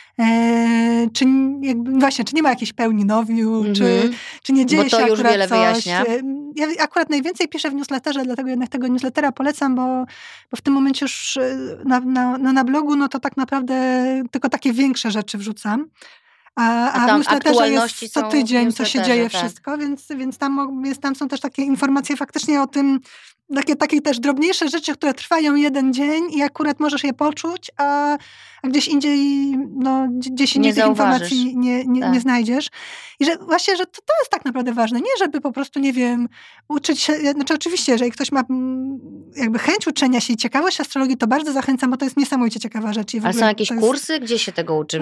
czy nie ma jakiejś pełni nowiu, czy nie dzieje się już akurat wiele coś. Wyjaśnia. Ja akurat najwięcej piszę w newsletterze, dlatego jednak tego newslettera polecam, bo w tym momencie już na blogu, no to tak naprawdę tylko takie większe rzeczy wrzucam. A w newsletterze jest co tydzień, co się dzieje, wszystko, więc tam są też takie informacje faktycznie o tym, takie też drobniejsze rzeczy, które trwają jeden dzień i akurat możesz je poczuć, a gdzieś indziej, tych informacji nie znajdziesz. I że właśnie, że to jest tak naprawdę ważne. Nie, żeby po prostu, nie wiem, uczyć się, znaczy oczywiście, jeżeli ktoś ma jakby chęć uczenia się i ciekawość astrologii, to bardzo zachęcam, bo to jest niesamowicie ciekawa rzecz. Ale są jakieś kursy? Gdzie się tego uczy?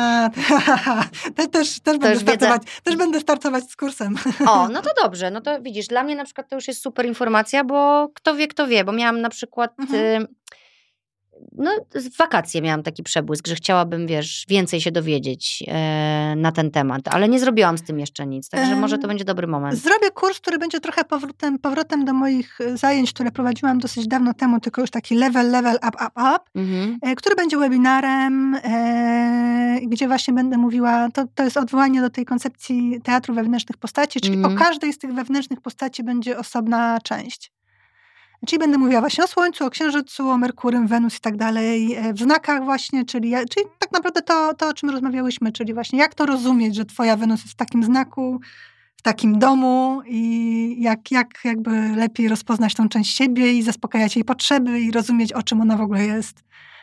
Też będę startować z kursem. O, no to dobrze. No to widzisz, dla mnie na przykład to już jest super informacja, bo kto wie, bo miałam na przykład... w wakacje miałam taki przebłysk, że chciałabym, wiesz, więcej się dowiedzieć na ten temat, ale nie zrobiłam z tym jeszcze nic, także może to będzie dobry moment. Zrobię kurs, który będzie trochę powrotem do moich zajęć, które prowadziłam dosyć dawno temu, tylko już taki level up, który będzie webinarem, gdzie właśnie będę mówiła, to jest odwołanie do tej koncepcji teatru wewnętrznych postaci, czyli o każdej z tych wewnętrznych postaci będzie osobna część. Czyli będę mówiła właśnie o Słońcu, o Księżycu, o Merkurym, Wenus i tak dalej, w znakach właśnie, czyli tak naprawdę to, o czym rozmawiałyśmy, czyli właśnie jak to rozumieć, że twoja Wenus jest w takim znaku, w takim domu i jak jakby lepiej rozpoznać tą część siebie i zaspokajać jej potrzeby i rozumieć, o czym ona w ogóle jest.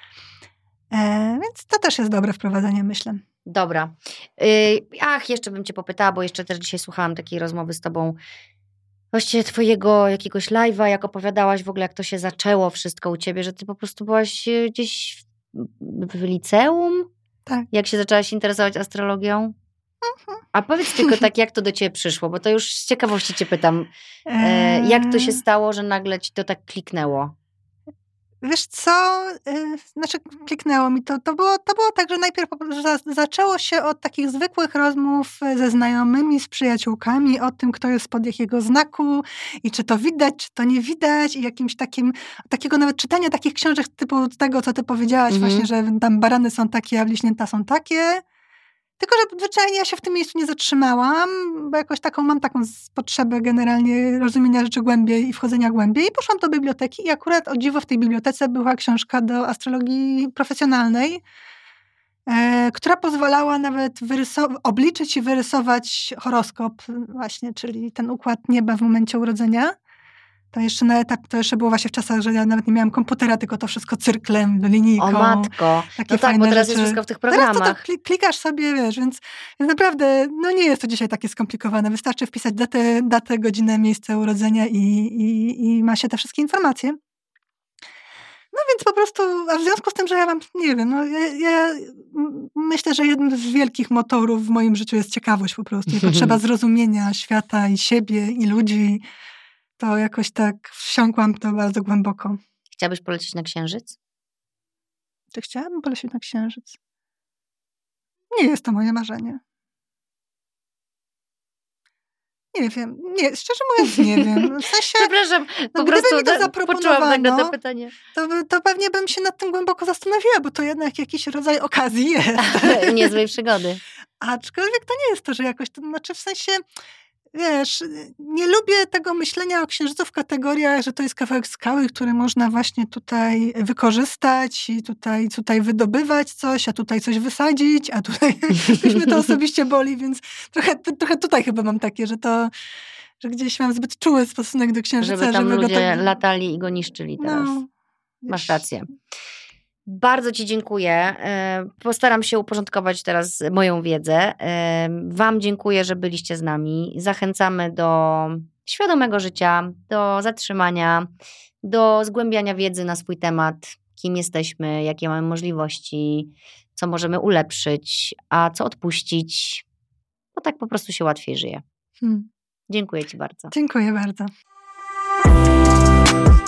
Więc to też jest dobre wprowadzenie, myślę. Dobra. Jeszcze bym cię popytała, bo jeszcze też dzisiaj słuchałam takiej rozmowy z tobą, właściwie twojego jakiegoś live'a, jak opowiadałaś w ogóle, jak to się zaczęło wszystko u ciebie, że ty po prostu byłaś gdzieś w liceum? Tak. Jak się zaczęłaś interesować astrologią? A powiedz tylko tak, jak to do ciebie przyszło, bo to już z ciekawości cię pytam. Jak to się stało, że nagle ci to tak kliknęło? Wiesz co, kliknęło mi to. To było tak, że najpierw zaczęło się od takich zwykłych rozmów ze znajomymi, z przyjaciółkami o tym, kto jest spod jakiego znaku i czy to widać, czy to nie widać i jakimś takiego nawet czytania takich książek typu tego, co ty powiedziałaś właśnie, że tam barany są takie, a bliźnięta są takie. Tylko, że zwyczajnie ja się w tym miejscu nie zatrzymałam, bo jakoś mam taką potrzebę generalnie rozumienia rzeczy głębiej i wchodzenia głębiej. I poszłam do biblioteki i akurat o dziwo w tej bibliotece była książka do astrologii profesjonalnej, która pozwalała nawet obliczyć i wyrysować horoskop właśnie, czyli ten układ nieba w momencie urodzenia. To jeszcze było właśnie w czasach, że ja nawet nie miałam komputera, tylko to wszystko cyrklem, linijką. O matko. Takie fajne bo teraz rzeczy. jest wszystko w tych programach. Teraz to klikasz sobie, wiesz, więc naprawdę nie jest to dzisiaj takie skomplikowane. Wystarczy wpisać datę, godzinę, miejsce urodzenia i ma się te wszystkie informacje. No więc po prostu, a w związku z tym, że ja mam, nie wiem, ja myślę, że jednym z wielkich motorów w moim życiu jest ciekawość po prostu i potrzeba zrozumienia świata i siebie i ludzi. To jakoś tak wsiąkłam to bardzo głęboko. Chciałabyś polecieć na Księżyc? Czy chciałabym polecieć na Księżyc? Nie jest to moje marzenie. Nie wiem. Szczerze mówiąc nie wiem. W sensie, przepraszam, po prostu mi to zaproponowano, to pytanie. To pewnie bym się nad tym głęboko zastanowiła, bo to jednak jakiś rodzaj okazji jest. Niezłej przygody. Aczkolwiek to nie jest to, że jakoś, to znaczy w sensie... Wiesz, nie lubię tego myślenia o Księżycu w kategoriach, że to jest kawałek skały, który można właśnie tutaj wykorzystać i tutaj wydobywać coś, a tutaj coś wysadzić, a tutaj mnie to osobiście boli, więc trochę tutaj chyba mam takie, że gdzieś mam zbyt czuły stosunek do Księżyca. Żeby tam ludzie latali i go niszczyli teraz. Masz rację. Bardzo ci dziękuję. Postaram się uporządkować teraz moją wiedzę. Wam dziękuję, że byliście z nami. Zachęcamy do świadomego życia, do zatrzymania, do zgłębiania wiedzy na swój temat, kim jesteśmy, jakie mamy możliwości, co możemy ulepszyć, a co odpuścić, bo tak po prostu się łatwiej żyje. Dziękuję ci bardzo. Dziękuję bardzo.